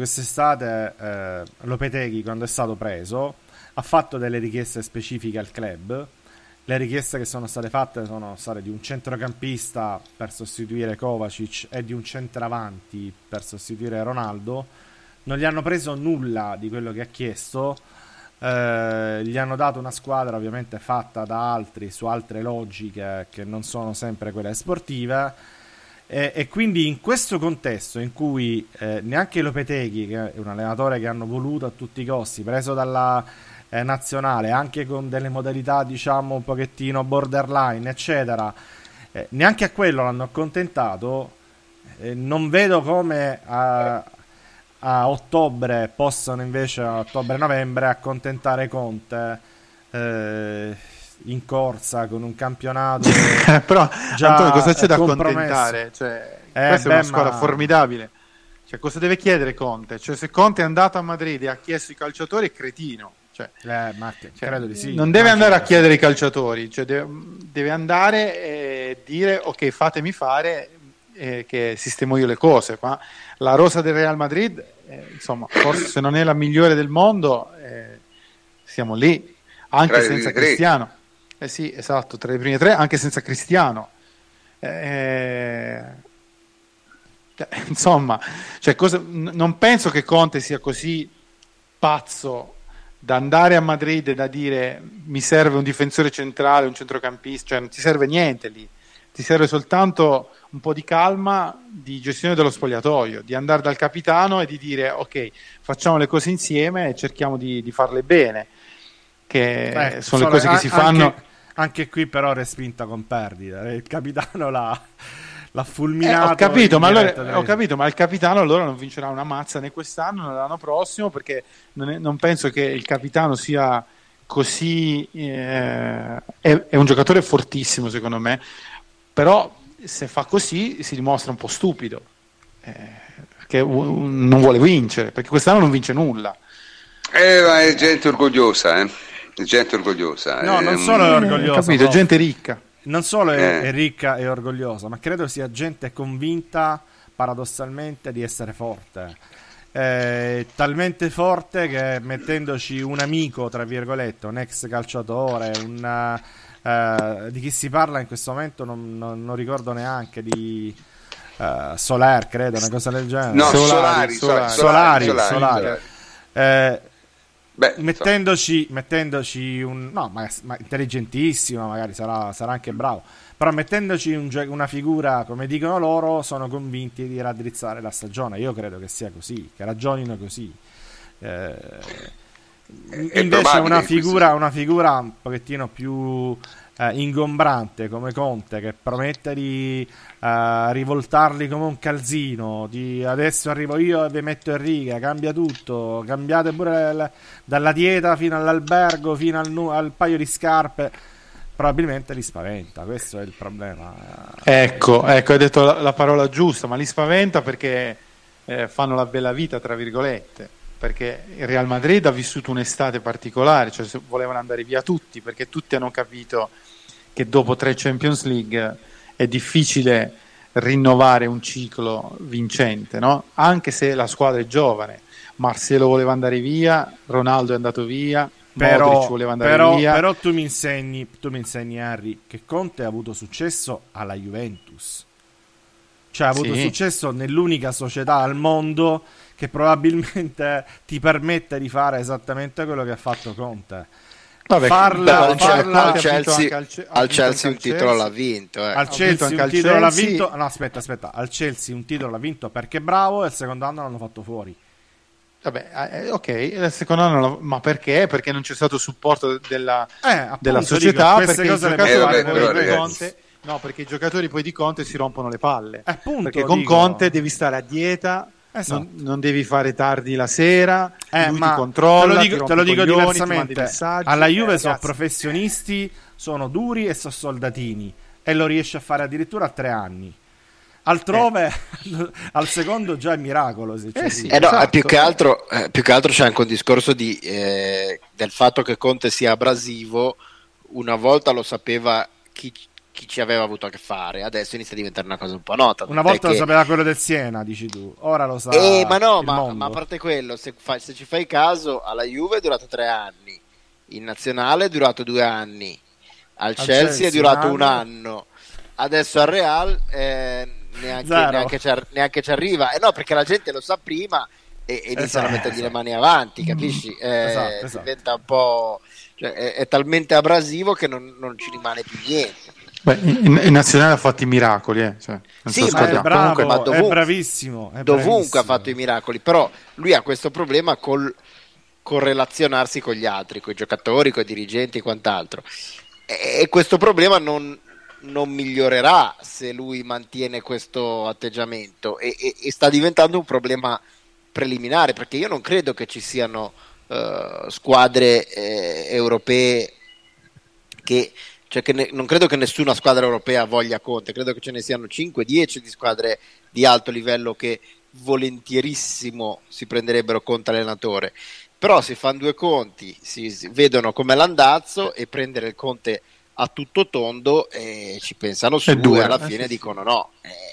quest'estate Lopetegui, quando è stato preso, ha fatto delle richieste specifiche al club le richieste che sono state fatte sono state di un centrocampista per sostituire Kovacic e di un centravanti per sostituire Ronaldo. Non gli hanno preso nulla di quello che ha chiesto, gli hanno dato una squadra ovviamente fatta da altri su altre logiche che non sono sempre quelle sportive, e quindi in questo contesto in cui neanche Lopetegui, che è un allenatore che hanno voluto a tutti i costi, preso dalla nazionale, anche con delle modalità diciamo un pochettino borderline eccetera, neanche a quello l'hanno accontentato. Non vedo come a ottobre possano invece, a ottobre-novembre, accontentare Conte in corsa con un campionato però già Antonio, cosa c'è da compromesso. accontentare? Cioè, questa è una squadra formidabile, cioè, cosa deve chiedere Conte? Cioè, se Conte è andato a Madrid e ha chiesto i calciatori è cretino, cioè, credo di sì. non deve andare a chiedere i calciatori, cioè deve andare e dire ok, fatemi fare che sistemo io le cose. Ma la rosa del Real Madrid, insomma, forse se non è la migliore del mondo, siamo lì anche senza Cristiano. Sì, esatto, tra le prime tre, anche senza Cristiano. Insomma, cioè, non penso che Conte sia così pazzo da andare a Madrid e da dire mi serve un difensore centrale, un centrocampista, cioè non ti serve niente lì, ti serve soltanto un po' di calma, di gestione dello spogliatoio, di andare dal capitano e di dire ok, facciamo le cose insieme e cerchiamo di farle bene, che sono le cose che si fanno. Anche qui però respinta con perdita, il capitano l'ha fulminato. Ho capito, ma il capitano allora non vincerà una mazza né quest'anno né l'anno prossimo, perché non penso che il capitano sia così, è un giocatore fortissimo secondo me, però se fa così si dimostra un po' stupido, perché non vuole vincere, perché quest'anno non vince nulla. Ma è gente orgogliosa, è gente orgogliosa. No, non solo è orgogliosa, capito, gente ricca. Non solo è ricca e orgogliosa, ma credo sia gente convinta, paradossalmente, di essere forte. Talmente forte che mettendoci un amico, tra virgolette, un ex calciatore, di chi si parla in questo momento, non ricordo neanche, di Soler, credo, una cosa del genere. No, Solari. Mettendoci ma intelligentissimo, magari sarà anche bravo, però mettendoci una figura come dicono loro, sono convinti di raddrizzare la stagione. Io credo che sia così, che ragionino così. Invece una figura un pochettino più ingombrante come Conte, che promette di rivoltarli come un calzino, di adesso arrivo io e vi metto in riga, cambia tutto, cambiate pure dalla dieta fino all'albergo fino al paio di scarpe, probabilmente li spaventa. Questo è il problema. Ecco, hai detto la parola giusta, ma li spaventa perché fanno la bella vita, tra virgolette, perché il Real Madrid ha vissuto un'estate particolare, cioè volevano andare via tutti, perché tutti hanno capito che dopo 3 Champions League è difficile rinnovare un ciclo vincente, no? Anche se la squadra è giovane. Marcelo voleva andare via, Ronaldo è andato via, Modric voleva andare via. Però tu mi insegni, Harry, che Conte ha avuto successo alla Juventus, cioè ha avuto successo nell'unica società al mondo che probabilmente ti permette di fare esattamente quello che ha fatto Conte. Vabbè, al Chelsea un titolo l'ha vinto. Al Chelsea un titolo l'ha vinto. No, aspetta. Al Chelsea un titolo l'ha vinto perché è bravo, e il secondo anno l'hanno fatto fuori. Vabbè, ok, il secondo anno, ma perché? Perché non c'è stato supporto della società, dico, perché i giocatori poi di Conte si rompono le palle. Perché con Conte devi stare a dieta. Esatto. Non devi fare tardi la sera, lui ma ti controlla, te lo dico diversamente. Alla Juve ragazzi, sono professionisti, sono duri e sono soldatini, e lo riesce a fare addirittura a 3 anni. Altrove al secondo già è miracolo, se esatto. Più che altro c'è anche un discorso del fatto che Conte sia abrasivo. Una volta lo sapeva chi ci aveva avuto a che fare, adesso inizia a diventare una cosa un po' nota. Una volta lo sapeva quello del Siena, dici tu, ora lo sa. Ma a parte quello, se ci fai caso, alla Juve è durato 3 anni, in nazionale è durato 2 anni, al Chelsea è durato un anno. anno, adesso al Real neanche ci arriva, no, perché la gente lo sa prima e iniziano a mettergli le mani avanti, capisci? Esatto. Diventa un po', cioè, è talmente abrasivo che non ci rimane più niente. Beh, in nazionale ha fatto i miracoli, cioè, sì, ma è bravo, comunque, è bravissimo. Dovunque ha fatto i miracoli, però lui ha questo problema col relazionarsi con gli altri, con i giocatori, con i dirigenti e quant'altro. E questo problema non migliorerà se lui mantiene questo atteggiamento e sta diventando un problema preliminare, perché io non credo che ci siano squadre europee non credo che nessuna squadra europea voglia Conte, credo che ce ne siano 5-10 di squadre di alto livello che volentierissimo si prenderebbero Conte allenatore, però si fanno due conti, si vedono com'è l'andazzo e prendere il Conte a tutto tondo ci pensano su e alla fine dicono no.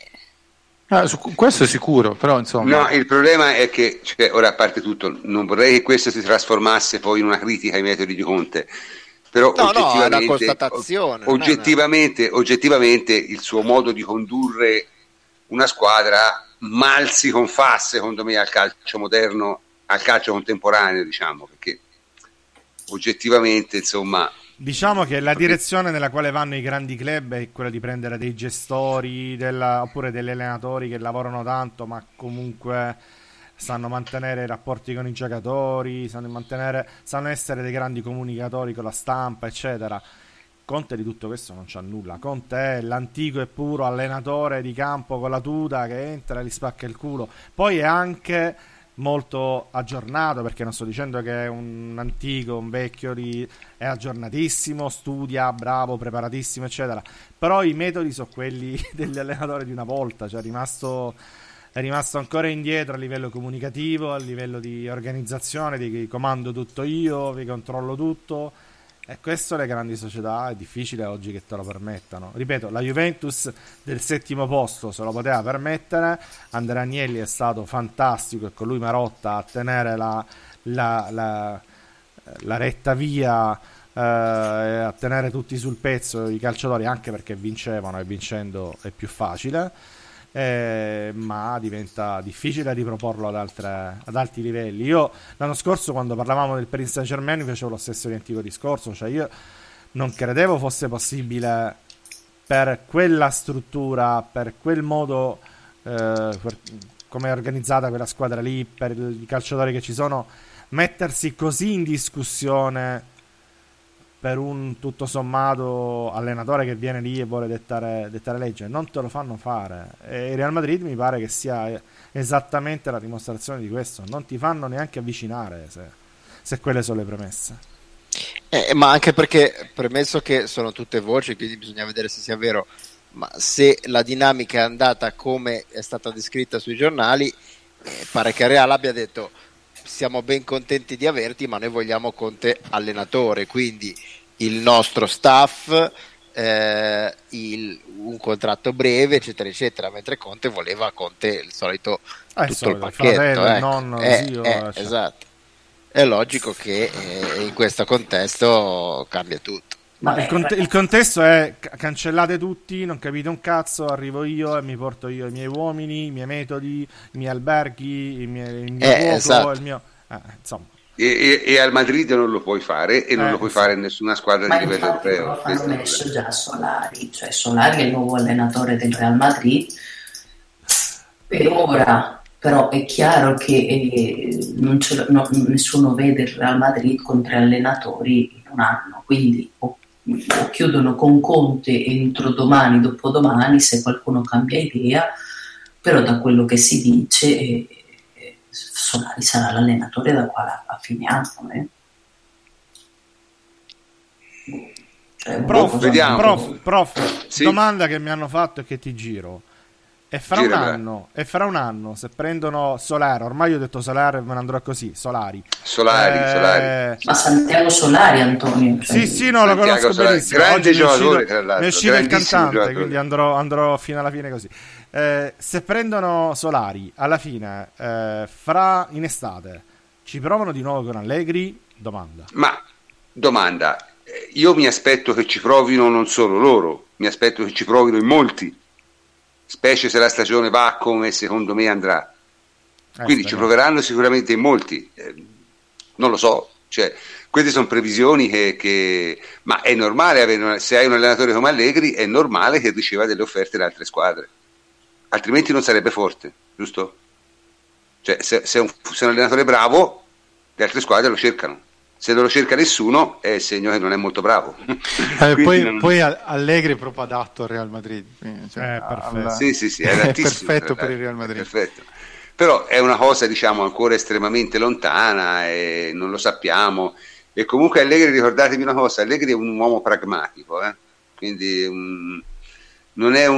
Su questo è sicuro, però insomma. No, il problema è che, cioè, ora a parte tutto, non vorrei che questo si trasformasse poi in una critica ai metodi di Conte, però è una constatazione. Oggettivamente il suo modo di condurre una squadra mal si confà, secondo me, al calcio moderno, al calcio contemporaneo, diciamo, perché oggettivamente, insomma, diciamo che la direzione nella quale vanno i grandi club è quella di prendere dei gestori oppure degli allenatori che lavorano tanto ma comunque sanno mantenere i rapporti con i giocatori, sanno essere dei grandi comunicatori con la stampa, eccetera. Conte di tutto questo non c'ha nulla. Conte è l'antico e puro allenatore di campo con la tuta che entra e gli spacca il culo. Poi è anche molto aggiornato, perché non sto dicendo che è un antico, un vecchio, è aggiornatissimo, studia, bravo, preparatissimo, eccetera, però i metodi sono quelli degli allenatori di una volta, cioè è rimasto ancora indietro a livello comunicativo, a livello di organizzazione, di comando tutto io, vi controllo tutto. E questo le grandi società è difficile oggi che te lo permettano. Ripeto, la Juventus del 7° posto se lo poteva permettere, Andrea Agnelli è stato fantastico e con lui Marotta a tenere la retta via, a tenere tutti sul pezzo i calciatori, anche perché vincevano e vincendo è più facile. Ma diventa difficile riproporlo ad alti livelli. Io l'anno scorso, quando parlavamo del Paris Saint-Germain, facevo lo stesso identico discorso, cioè io non credevo fosse possibile, per quella struttura, per quel modo come è organizzata quella squadra lì, per i calciatori che ci sono, mettersi così in discussione per un tutto sommato allenatore che viene lì e vuole dettare legge. Non te lo fanno fare, e il Real Madrid mi pare che sia esattamente la dimostrazione di questo. Non ti fanno neanche avvicinare se quelle sono le premesse. Ma anche perché, premesso che sono tutte voci, quindi bisogna vedere se sia vero, ma se la dinamica è andata come è stata descritta sui giornali, pare che Real abbia detto: siamo ben contenti di averti, ma noi vogliamo Conte allenatore, quindi il nostro staff, un contratto breve, eccetera eccetera, mentre Conte voleva il solito tutto il pacchetto, fratello, nonno, zio, esatto. È logico che in questo contesto cambia tutto. Il contesto è: cancellate tutti, non capite un cazzo, arrivo io e mi porto io i miei uomini, i miei metodi, i miei alberghi, il mio fuoco, esatto. il mio insomma. E al Madrid non lo puoi fare, e non lo puoi fare in nessuna squadra di livello europeo. Ma hanno messo già Solari, cioè Solari è il nuovo allenatore del Real Madrid per ora. Però è chiaro che nessuno vede il Real Madrid con 3 allenatori in un anno, quindi o chiudono con Conte entro domani, dopodomani, se qualcuno cambia idea, però da quello che si dice Solari sarà l'allenatore da qua a fine anno. Cioè, Prof, sì. Domanda che mi hanno fatto e che ti giro. E fra un anno, se prendono Solari, ormai io ho detto Solari, me ne andrò così, Solari. Ma Santiago Solari, Antonio. Sì, no, lo conosco benissimo. Grande giocatore, tra l'altro. Mi è uscito il cantante, giocatore. quindi andrò fino alla fine così. Se prendono Solari, alla fine, in estate, ci provano di nuovo con Allegri? Domanda. io mi aspetto che ci provino non solo loro, mi aspetto che ci provino in molti, specie se la stagione va come secondo me andrà. Quindi ci proveranno sicuramente in molti, non lo so, cioè, queste sono previsioni ma è normale se hai un allenatore come Allegri, è normale che riceva delle offerte da altre squadre, altrimenti non sarebbe forte, giusto? Cioè, se un allenatore bravo, le altre squadre lo cercano. Se non lo cerca nessuno è il segno che non è molto bravo. Poi Allegri è proprio adatto al Real Madrid, cioè, sì, è perfetto per il Real Madrid. Perfetto. Però è una cosa, diciamo, ancora estremamente lontana e non lo sappiamo. E comunque Allegri, ricordatevi una cosa, Allegri è un uomo pragmatico, quindi non è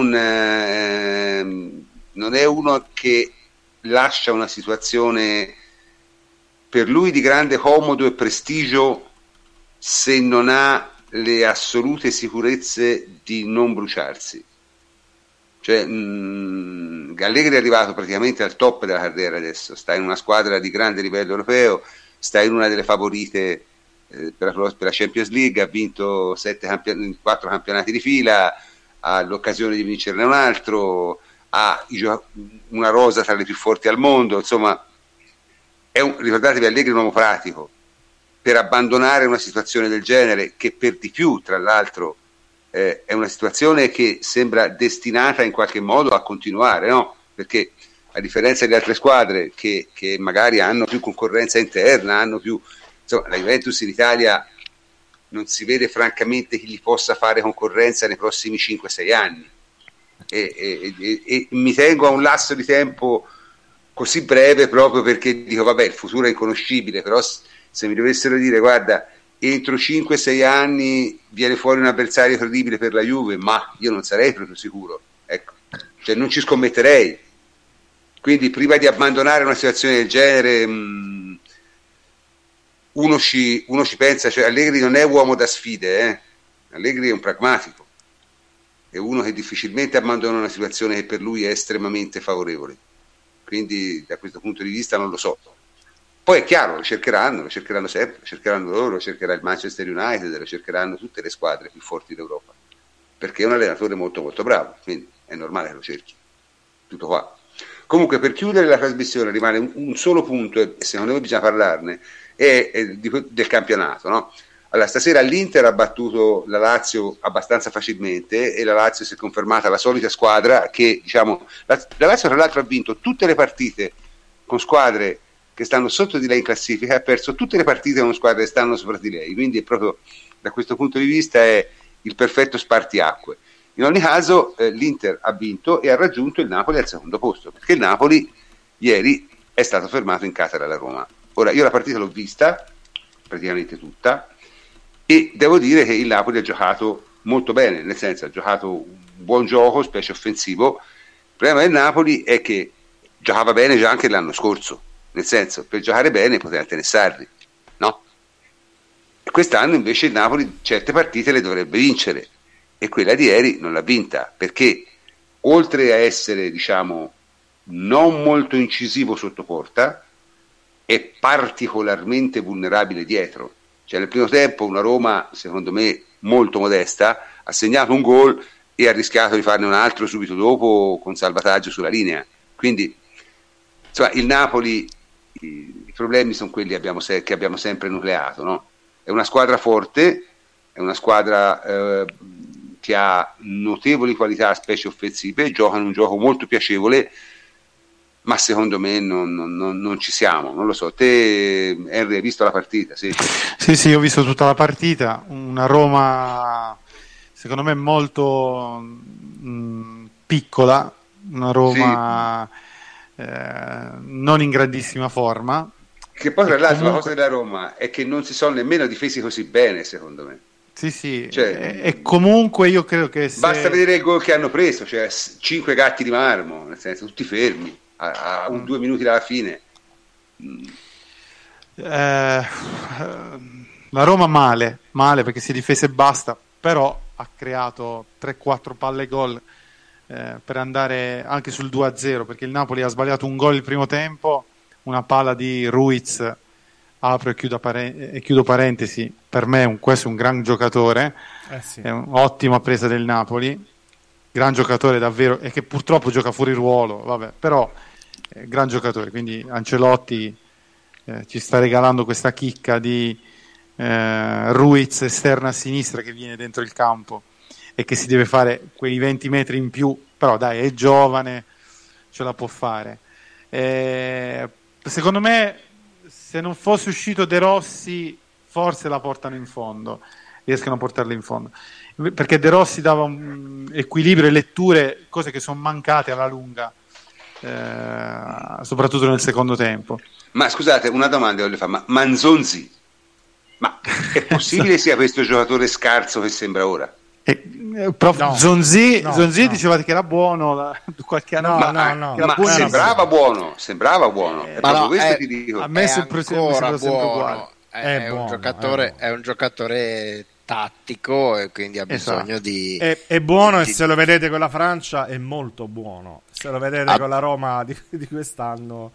uno che lascia una situazione per lui di grande comodo e prestigio se non ha le assolute sicurezze di non bruciarsi. Cioè, Allegri è arrivato praticamente al top della carriera adesso, sta in una squadra di grande livello europeo, sta in una delle favorite per la Champions League, ha vinto 4 campionati di fila, ha l'occasione di vincerne un altro, ha una rosa tra le più forti al mondo, insomma, ricordatevi, Allegri è un uomo pratico. Per abbandonare una situazione del genere, che per di più, tra l'altro, è una situazione che sembra destinata in qualche modo a continuare, no? Perché a differenza di altre squadre che magari hanno più concorrenza interna, hanno più, insomma, la Juventus in Italia non si vede francamente chi gli possa fare concorrenza nei prossimi 5-6 anni e mi tengo a un lasso di tempo così breve proprio perché dico vabbè, il futuro è inconoscibile, però se mi dovessero dire guarda, entro 5-6 anni viene fuori un avversario credibile per la Juve, ma io non sarei proprio sicuro, ecco, cioè non ci scommetterei. Quindi prima di abbandonare una situazione del genere uno ci pensa, cioè Allegri non è uomo da sfide, Allegri è un pragmatico, è uno che difficilmente abbandona una situazione che per lui è estremamente favorevole, quindi da questo punto di vista non lo so. Poi è chiaro, lo cercheranno sempre, lo cercheranno loro, lo cercherà il Manchester United, lo cercheranno tutte le squadre più forti d'Europa, perché è un allenatore molto molto bravo, quindi è normale che lo cerchi. Tutto qua. Comunque, per chiudere la trasmissione rimane un solo punto, e secondo me bisogna parlarne, del campionato, no? Allora, stasera l'Inter ha battuto la Lazio abbastanza facilmente e la Lazio si è confermata la solita squadra che, diciamo, la Lazio tra l'altro ha vinto tutte le partite con squadre che stanno sotto di lei in classifica, ha perso tutte le partite con squadre che stanno sopra di lei, quindi è proprio, da questo punto di vista, è il perfetto spartiacque. In ogni caso l'Inter ha vinto e ha raggiunto il Napoli al secondo posto, perché il Napoli ieri è stato fermato in casa dalla Roma. Ora, io la partita l'ho vista praticamente tutta e devo dire che il Napoli ha giocato molto bene, nel senso ha giocato un buon gioco, specie offensivo. Il problema del Napoli è che giocava bene già anche l'anno scorso, nel senso, per giocare bene poteva tenere Sarri, no? E quest'anno invece il Napoli certe partite le dovrebbe vincere e quella di ieri non l'ha vinta, perché oltre a essere, diciamo, non molto incisivo sotto porta, è particolarmente vulnerabile dietro. Cioè nel primo tempo una Roma, secondo me, molto modesta, ha segnato un gol e ha rischiato di farne un altro subito dopo con salvataggio sulla linea. Quindi, insomma, il Napoli, i problemi sono quelli che abbiamo sempre nucleato, no? È una squadra forte, è una squadra che ha notevoli qualità, specie offensive, giocano un gioco molto piacevole, ma secondo me non ci siamo, non lo so. Te, Henry, hai visto la partita? Sì, ho visto tutta la partita, una Roma secondo me molto piccola, una Roma non in grandissima forma. Che poi tra l'altro la cosa della Roma è che non si sono nemmeno difesi così bene, secondo me. Sì, cioè, e comunque io credo che basta vedere il gol che hanno preso, cioè 5 gatti di marmo, nel senso tutti fermi a 2 minuti dalla fine. La Roma male perché si è difesa e basta, però ha creato 3-4 palle gol per andare anche sul 2-0, perché il Napoli ha sbagliato un gol il primo tempo, una palla di Ruiz apro e chiudo parentesi, per me questo è un gran giocatore, sì. è un'ottima presa del Napoli, gran giocatore davvero, e che purtroppo gioca fuori ruolo, vabbè, però gran giocatore, quindi Ancelotti ci sta regalando questa chicca di Ruiz esterna a sinistra che viene dentro il campo e che si deve fare quei 20 metri in più, però dai, è giovane, ce la può fare. Secondo me, se non fosse uscito De Rossi, forse la portano in fondo, riescono a portarla in fondo, perché De Rossi dava un equilibrio e letture, cose che sono mancate alla lunga, soprattutto nel secondo tempo. Ma scusate, una domanda voglio fare, ma Manzonzi, ma è possibile sia questo giocatore scarso che sembra ora? No. Zonzi no. dicevate che era buono qualche anno fa. Ma sembrava buono, è proprio questo che ti dico. A me sembra sempre uguale. È un giocatore tattico e quindi ha bisogno di... È buono e se lo vedete con la Francia è molto buono. Se lo vedete con la Roma di quest'anno...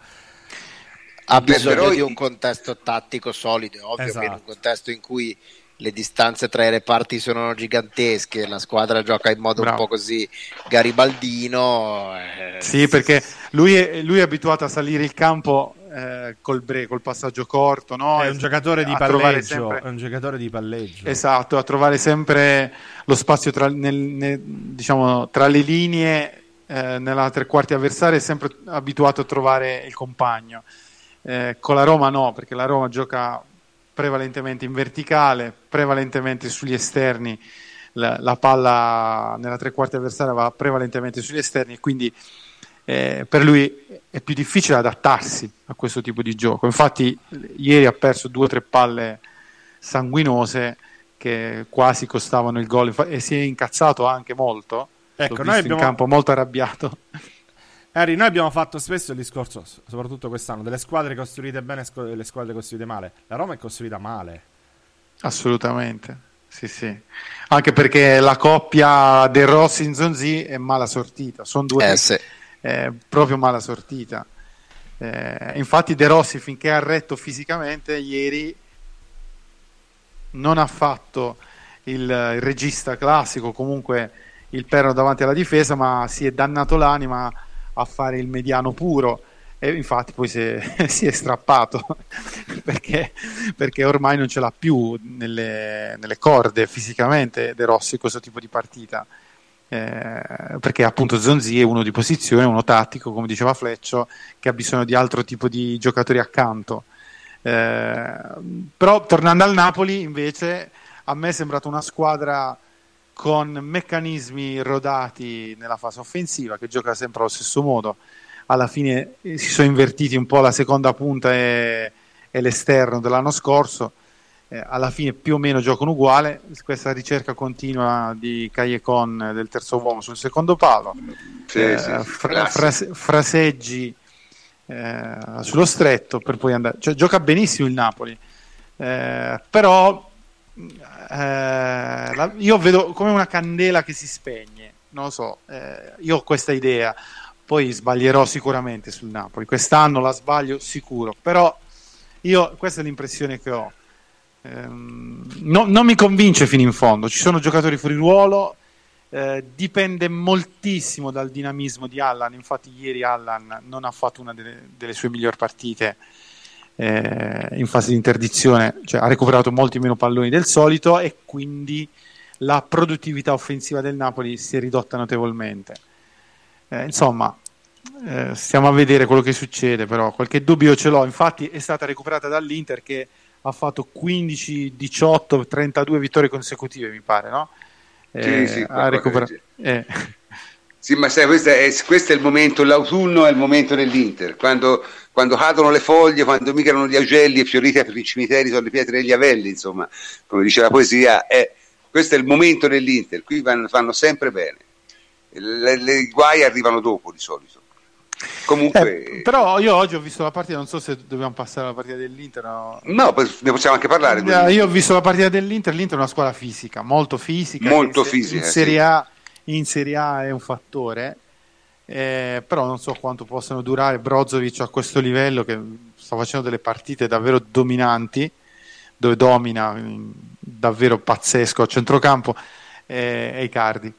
Ha bisogno di un contesto tattico solido, è ovvio, esatto. Che in un contesto in cui le distanze tra i reparti sono gigantesche, la squadra gioca in modo un po' così garibaldino. Sì, perché lui è abituato a salire il campo col passaggio corto, no? È un giocatore di palleggio, è un giocatore di palleggio. Esatto, a trovare sempre lo spazio diciamo, tra le linee, nella tre quarti avversaria, è sempre abituato a trovare il compagno. Con la Roma no, perché la Roma gioca prevalentemente in verticale, prevalentemente sugli esterni, la palla nella tre quarti avversaria va prevalentemente sugli esterni e quindi per lui è più difficile adattarsi a questo tipo di gioco. Infatti ieri ha perso 2 o 3 palle sanguinose che quasi costavano il gol e si è incazzato anche molto. Ecco, L'ho visto in campo molto arrabbiato. Harry, noi abbiamo fatto spesso il discorso, soprattutto quest'anno, delle squadre costruite bene e le squadre costruite male. La Roma è costruita male. Assolutamente, sì. Anche perché la coppia De Rossi in Zonzi è mala sortita. Sono due proprio mala sortita. Infatti De Rossi, finché ha retto fisicamente, ieri non ha fatto il regista classico, comunque il perno davanti alla difesa, ma si è dannato l'anima a fare il mediano puro e infatti poi si è strappato perché ormai non ce l'ha più nelle corde fisicamente De Rossi questo tipo di partita, perché appunto Zonzi è uno di posizione, uno tattico, come diceva Fleccio, che ha bisogno di altro tipo di giocatori accanto. Però tornando al Napoli, invece, a me è sembrata una squadra con meccanismi rodati nella fase offensiva, che gioca sempre allo stesso modo. Alla fine si sono invertiti un po' la seconda punta e l'esterno dell'anno scorso, alla fine più o meno giocano uguale. Questa ricerca continua di Callecon del terzo uomo sul secondo palo, fraseggi sullo stretto per poi andare, cioè, gioca benissimo il Napoli, però io vedo come una candela che si spegne, non lo so, io ho questa idea, poi sbaglierò sicuramente sul Napoli, quest'anno la sbaglio sicuro, però questa è l'impressione che ho. Non mi convince fino in fondo, ci sono giocatori fuori ruolo, dipende moltissimo dal dinamismo di Allan. Infatti ieri Allan non ha fatto una delle sue migliori partite in fase di interdizione, cioè ha recuperato molti meno palloni del solito e quindi la produttività offensiva del Napoli si è ridotta notevolmente. Insomma, stiamo a vedere quello che succede, però qualche dubbio ce l'ho. Infatti è stata recuperata dall'Inter che ha fatto 15, 18, 32 vittorie consecutive, mi pare, no? Sì, ha recuperato. Sì, ma sai, questo è il momento, l'autunno è il momento dell'Inter, quando cadono le foglie, quando migrano gli augelli e fioriti per i cimiteri sono le pietre degli avelli, insomma, come dice la poesia, questo è il momento dell'Inter, qui vanno sempre bene, le guai arrivano dopo di solito. Comunque, però io oggi ho visto la partita, non so se dobbiamo passare alla partita dell'Inter. No, ne possiamo anche parlare. Io ho visto la partita dell'Inter, l'Inter è una squadra fisica, molto fisica. In Serie A è un fattore, però non so quanto possano durare. Brozovic a questo livello, che sta facendo delle partite davvero dominanti, dove domina davvero pazzesco a centrocampo, è Icardi.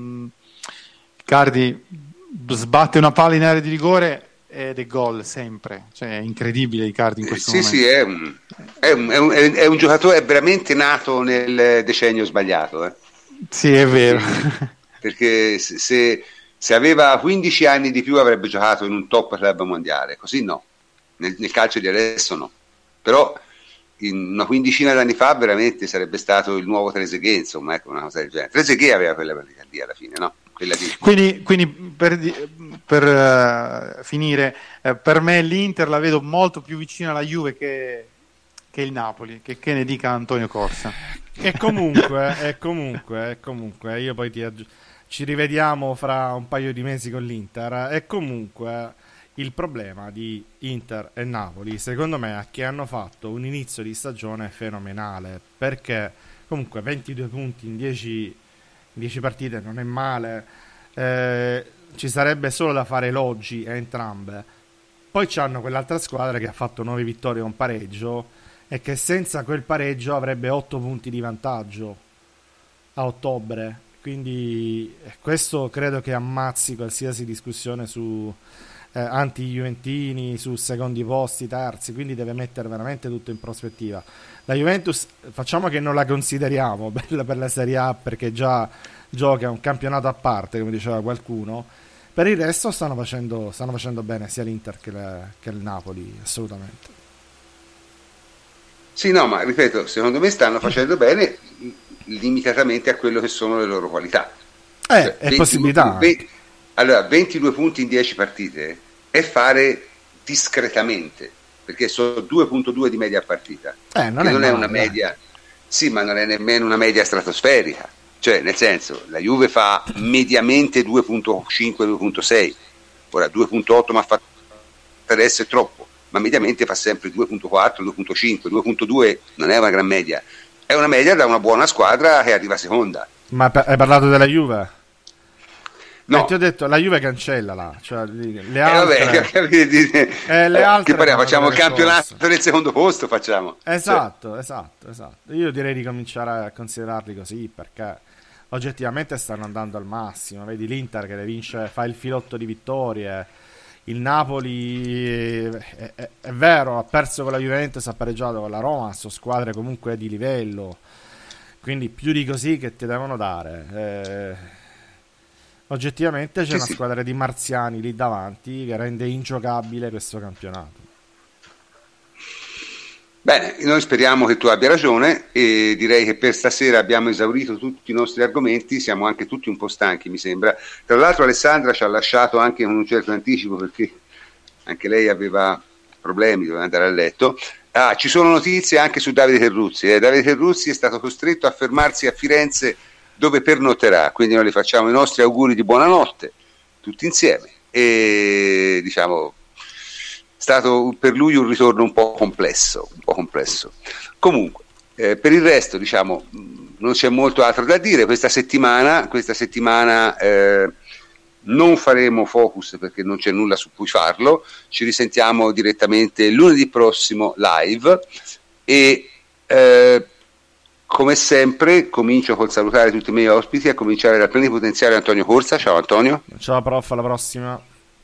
Icardi sbatte una palla in area di rigore ed è gol sempre, cioè è incredibile Icardi in questo momento. Sì, è un giocatore, è veramente nato nel decennio sbagliato. Sì, è vero. Perché se aveva 15 anni di più avrebbe giocato in un top club mondiale, così no, nel calcio di adesso no, però in una quindicina d'anni fa veramente sarebbe stato il nuovo Trezeguet, insomma, ecco, una cosa del genere. Trezeguet aveva quella partita lì alla fine, no? Quella di... Quindi per finire, per me l'Inter la vedo molto più vicina alla Juve che il Napoli, che ne dica Antonio Corsa. E comunque, io poi ci rivediamo fra un paio di mesi con l'Inter. E comunque il problema di Inter e Napoli, secondo me, è che hanno fatto un inizio di stagione fenomenale, perché comunque 22 punti in 10 partite non è male, ci sarebbe solo da fare elogi a entrambe. Poi c'hanno quell'altra squadra che ha fatto 9 vittorie e un pareggio, e che senza quel pareggio avrebbe 8 punti di vantaggio a ottobre, quindi questo credo che ammazzi qualsiasi discussione su anti-juventini, su secondi posti, terzi, quindi deve mettere veramente tutto in prospettiva. La Juventus facciamo che non la consideriamo bella per la Serie A, perché già gioca un campionato a parte, come diceva qualcuno. Per il resto stanno facendo bene sia l'Inter che il Napoli, assolutamente. Sì, no, ma ripeto, secondo me stanno facendo bene limitatamente a quello che sono le loro qualità. Cioè, è possibilità. Allora, 22 punti in 10 partite è fare discretamente, perché sono 2.2 di media a partita. Non è una media, sì, ma non è nemmeno una media stratosferica. Cioè, nel senso, la Juve fa mediamente 2.5, 2.6. Ora 2.8 ma fa adesso è troppo, ma mediamente fa sempre 2.4, 2.5, 2.2 non è una gran media. È una media da una buona squadra che arriva seconda. Ma hai parlato della Juve? No. Ti ho detto, la Juve cancella là, cioè le altre, le altre che facciamo il campionato nel secondo posto, facciamo. Esatto. Io direi di cominciare a considerarli così, perché oggettivamente stanno andando al massimo. Vedi l'Inter che le vince, fa il filotto di vittorie. Il Napoli è vero, ha perso con la Juventus, ha pareggiato con la Roma, sono squadre comunque di livello, quindi più di così che ti devono dare. Oggettivamente c'è una squadra di marziani lì davanti che rende ingiocabile questo campionato. Bene, noi speriamo che tu abbia ragione, e direi che per stasera abbiamo esaurito tutti i nostri argomenti, siamo anche tutti un po' stanchi, mi sembra. Tra l'altro Alessandra ci ha lasciato anche con un certo anticipo, perché anche lei aveva problemi, doveva andare a letto. Ci sono notizie anche su Davide Terruzzi. Davide Terruzzi è stato costretto a fermarsi a Firenze, dove pernotterà, quindi noi le facciamo i nostri auguri di buonanotte tutti insieme, e diciamo stato per lui un ritorno un po' complesso. Comunque per il resto, diciamo, non c'è molto altro da dire. Questa settimana non faremo focus perché non c'è nulla su cui farlo. Ci risentiamo direttamente lunedì prossimo live, e come sempre comincio col salutare tutti i miei ospiti, a cominciare dal plenipotenziario Antonio Corsa. Ciao Antonio. Ciao prof, alla prossima.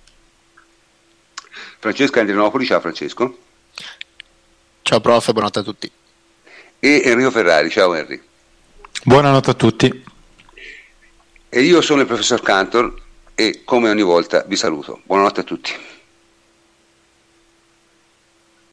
Francesco Andrianopoli. Ciao Francesco. Ciao prof, buonanotte a tutti. E Enrico Ferrari. Ciao Henry. Buonanotte a tutti. E io sono il professor Cantor, e come ogni volta vi saluto. Buonanotte a tutti.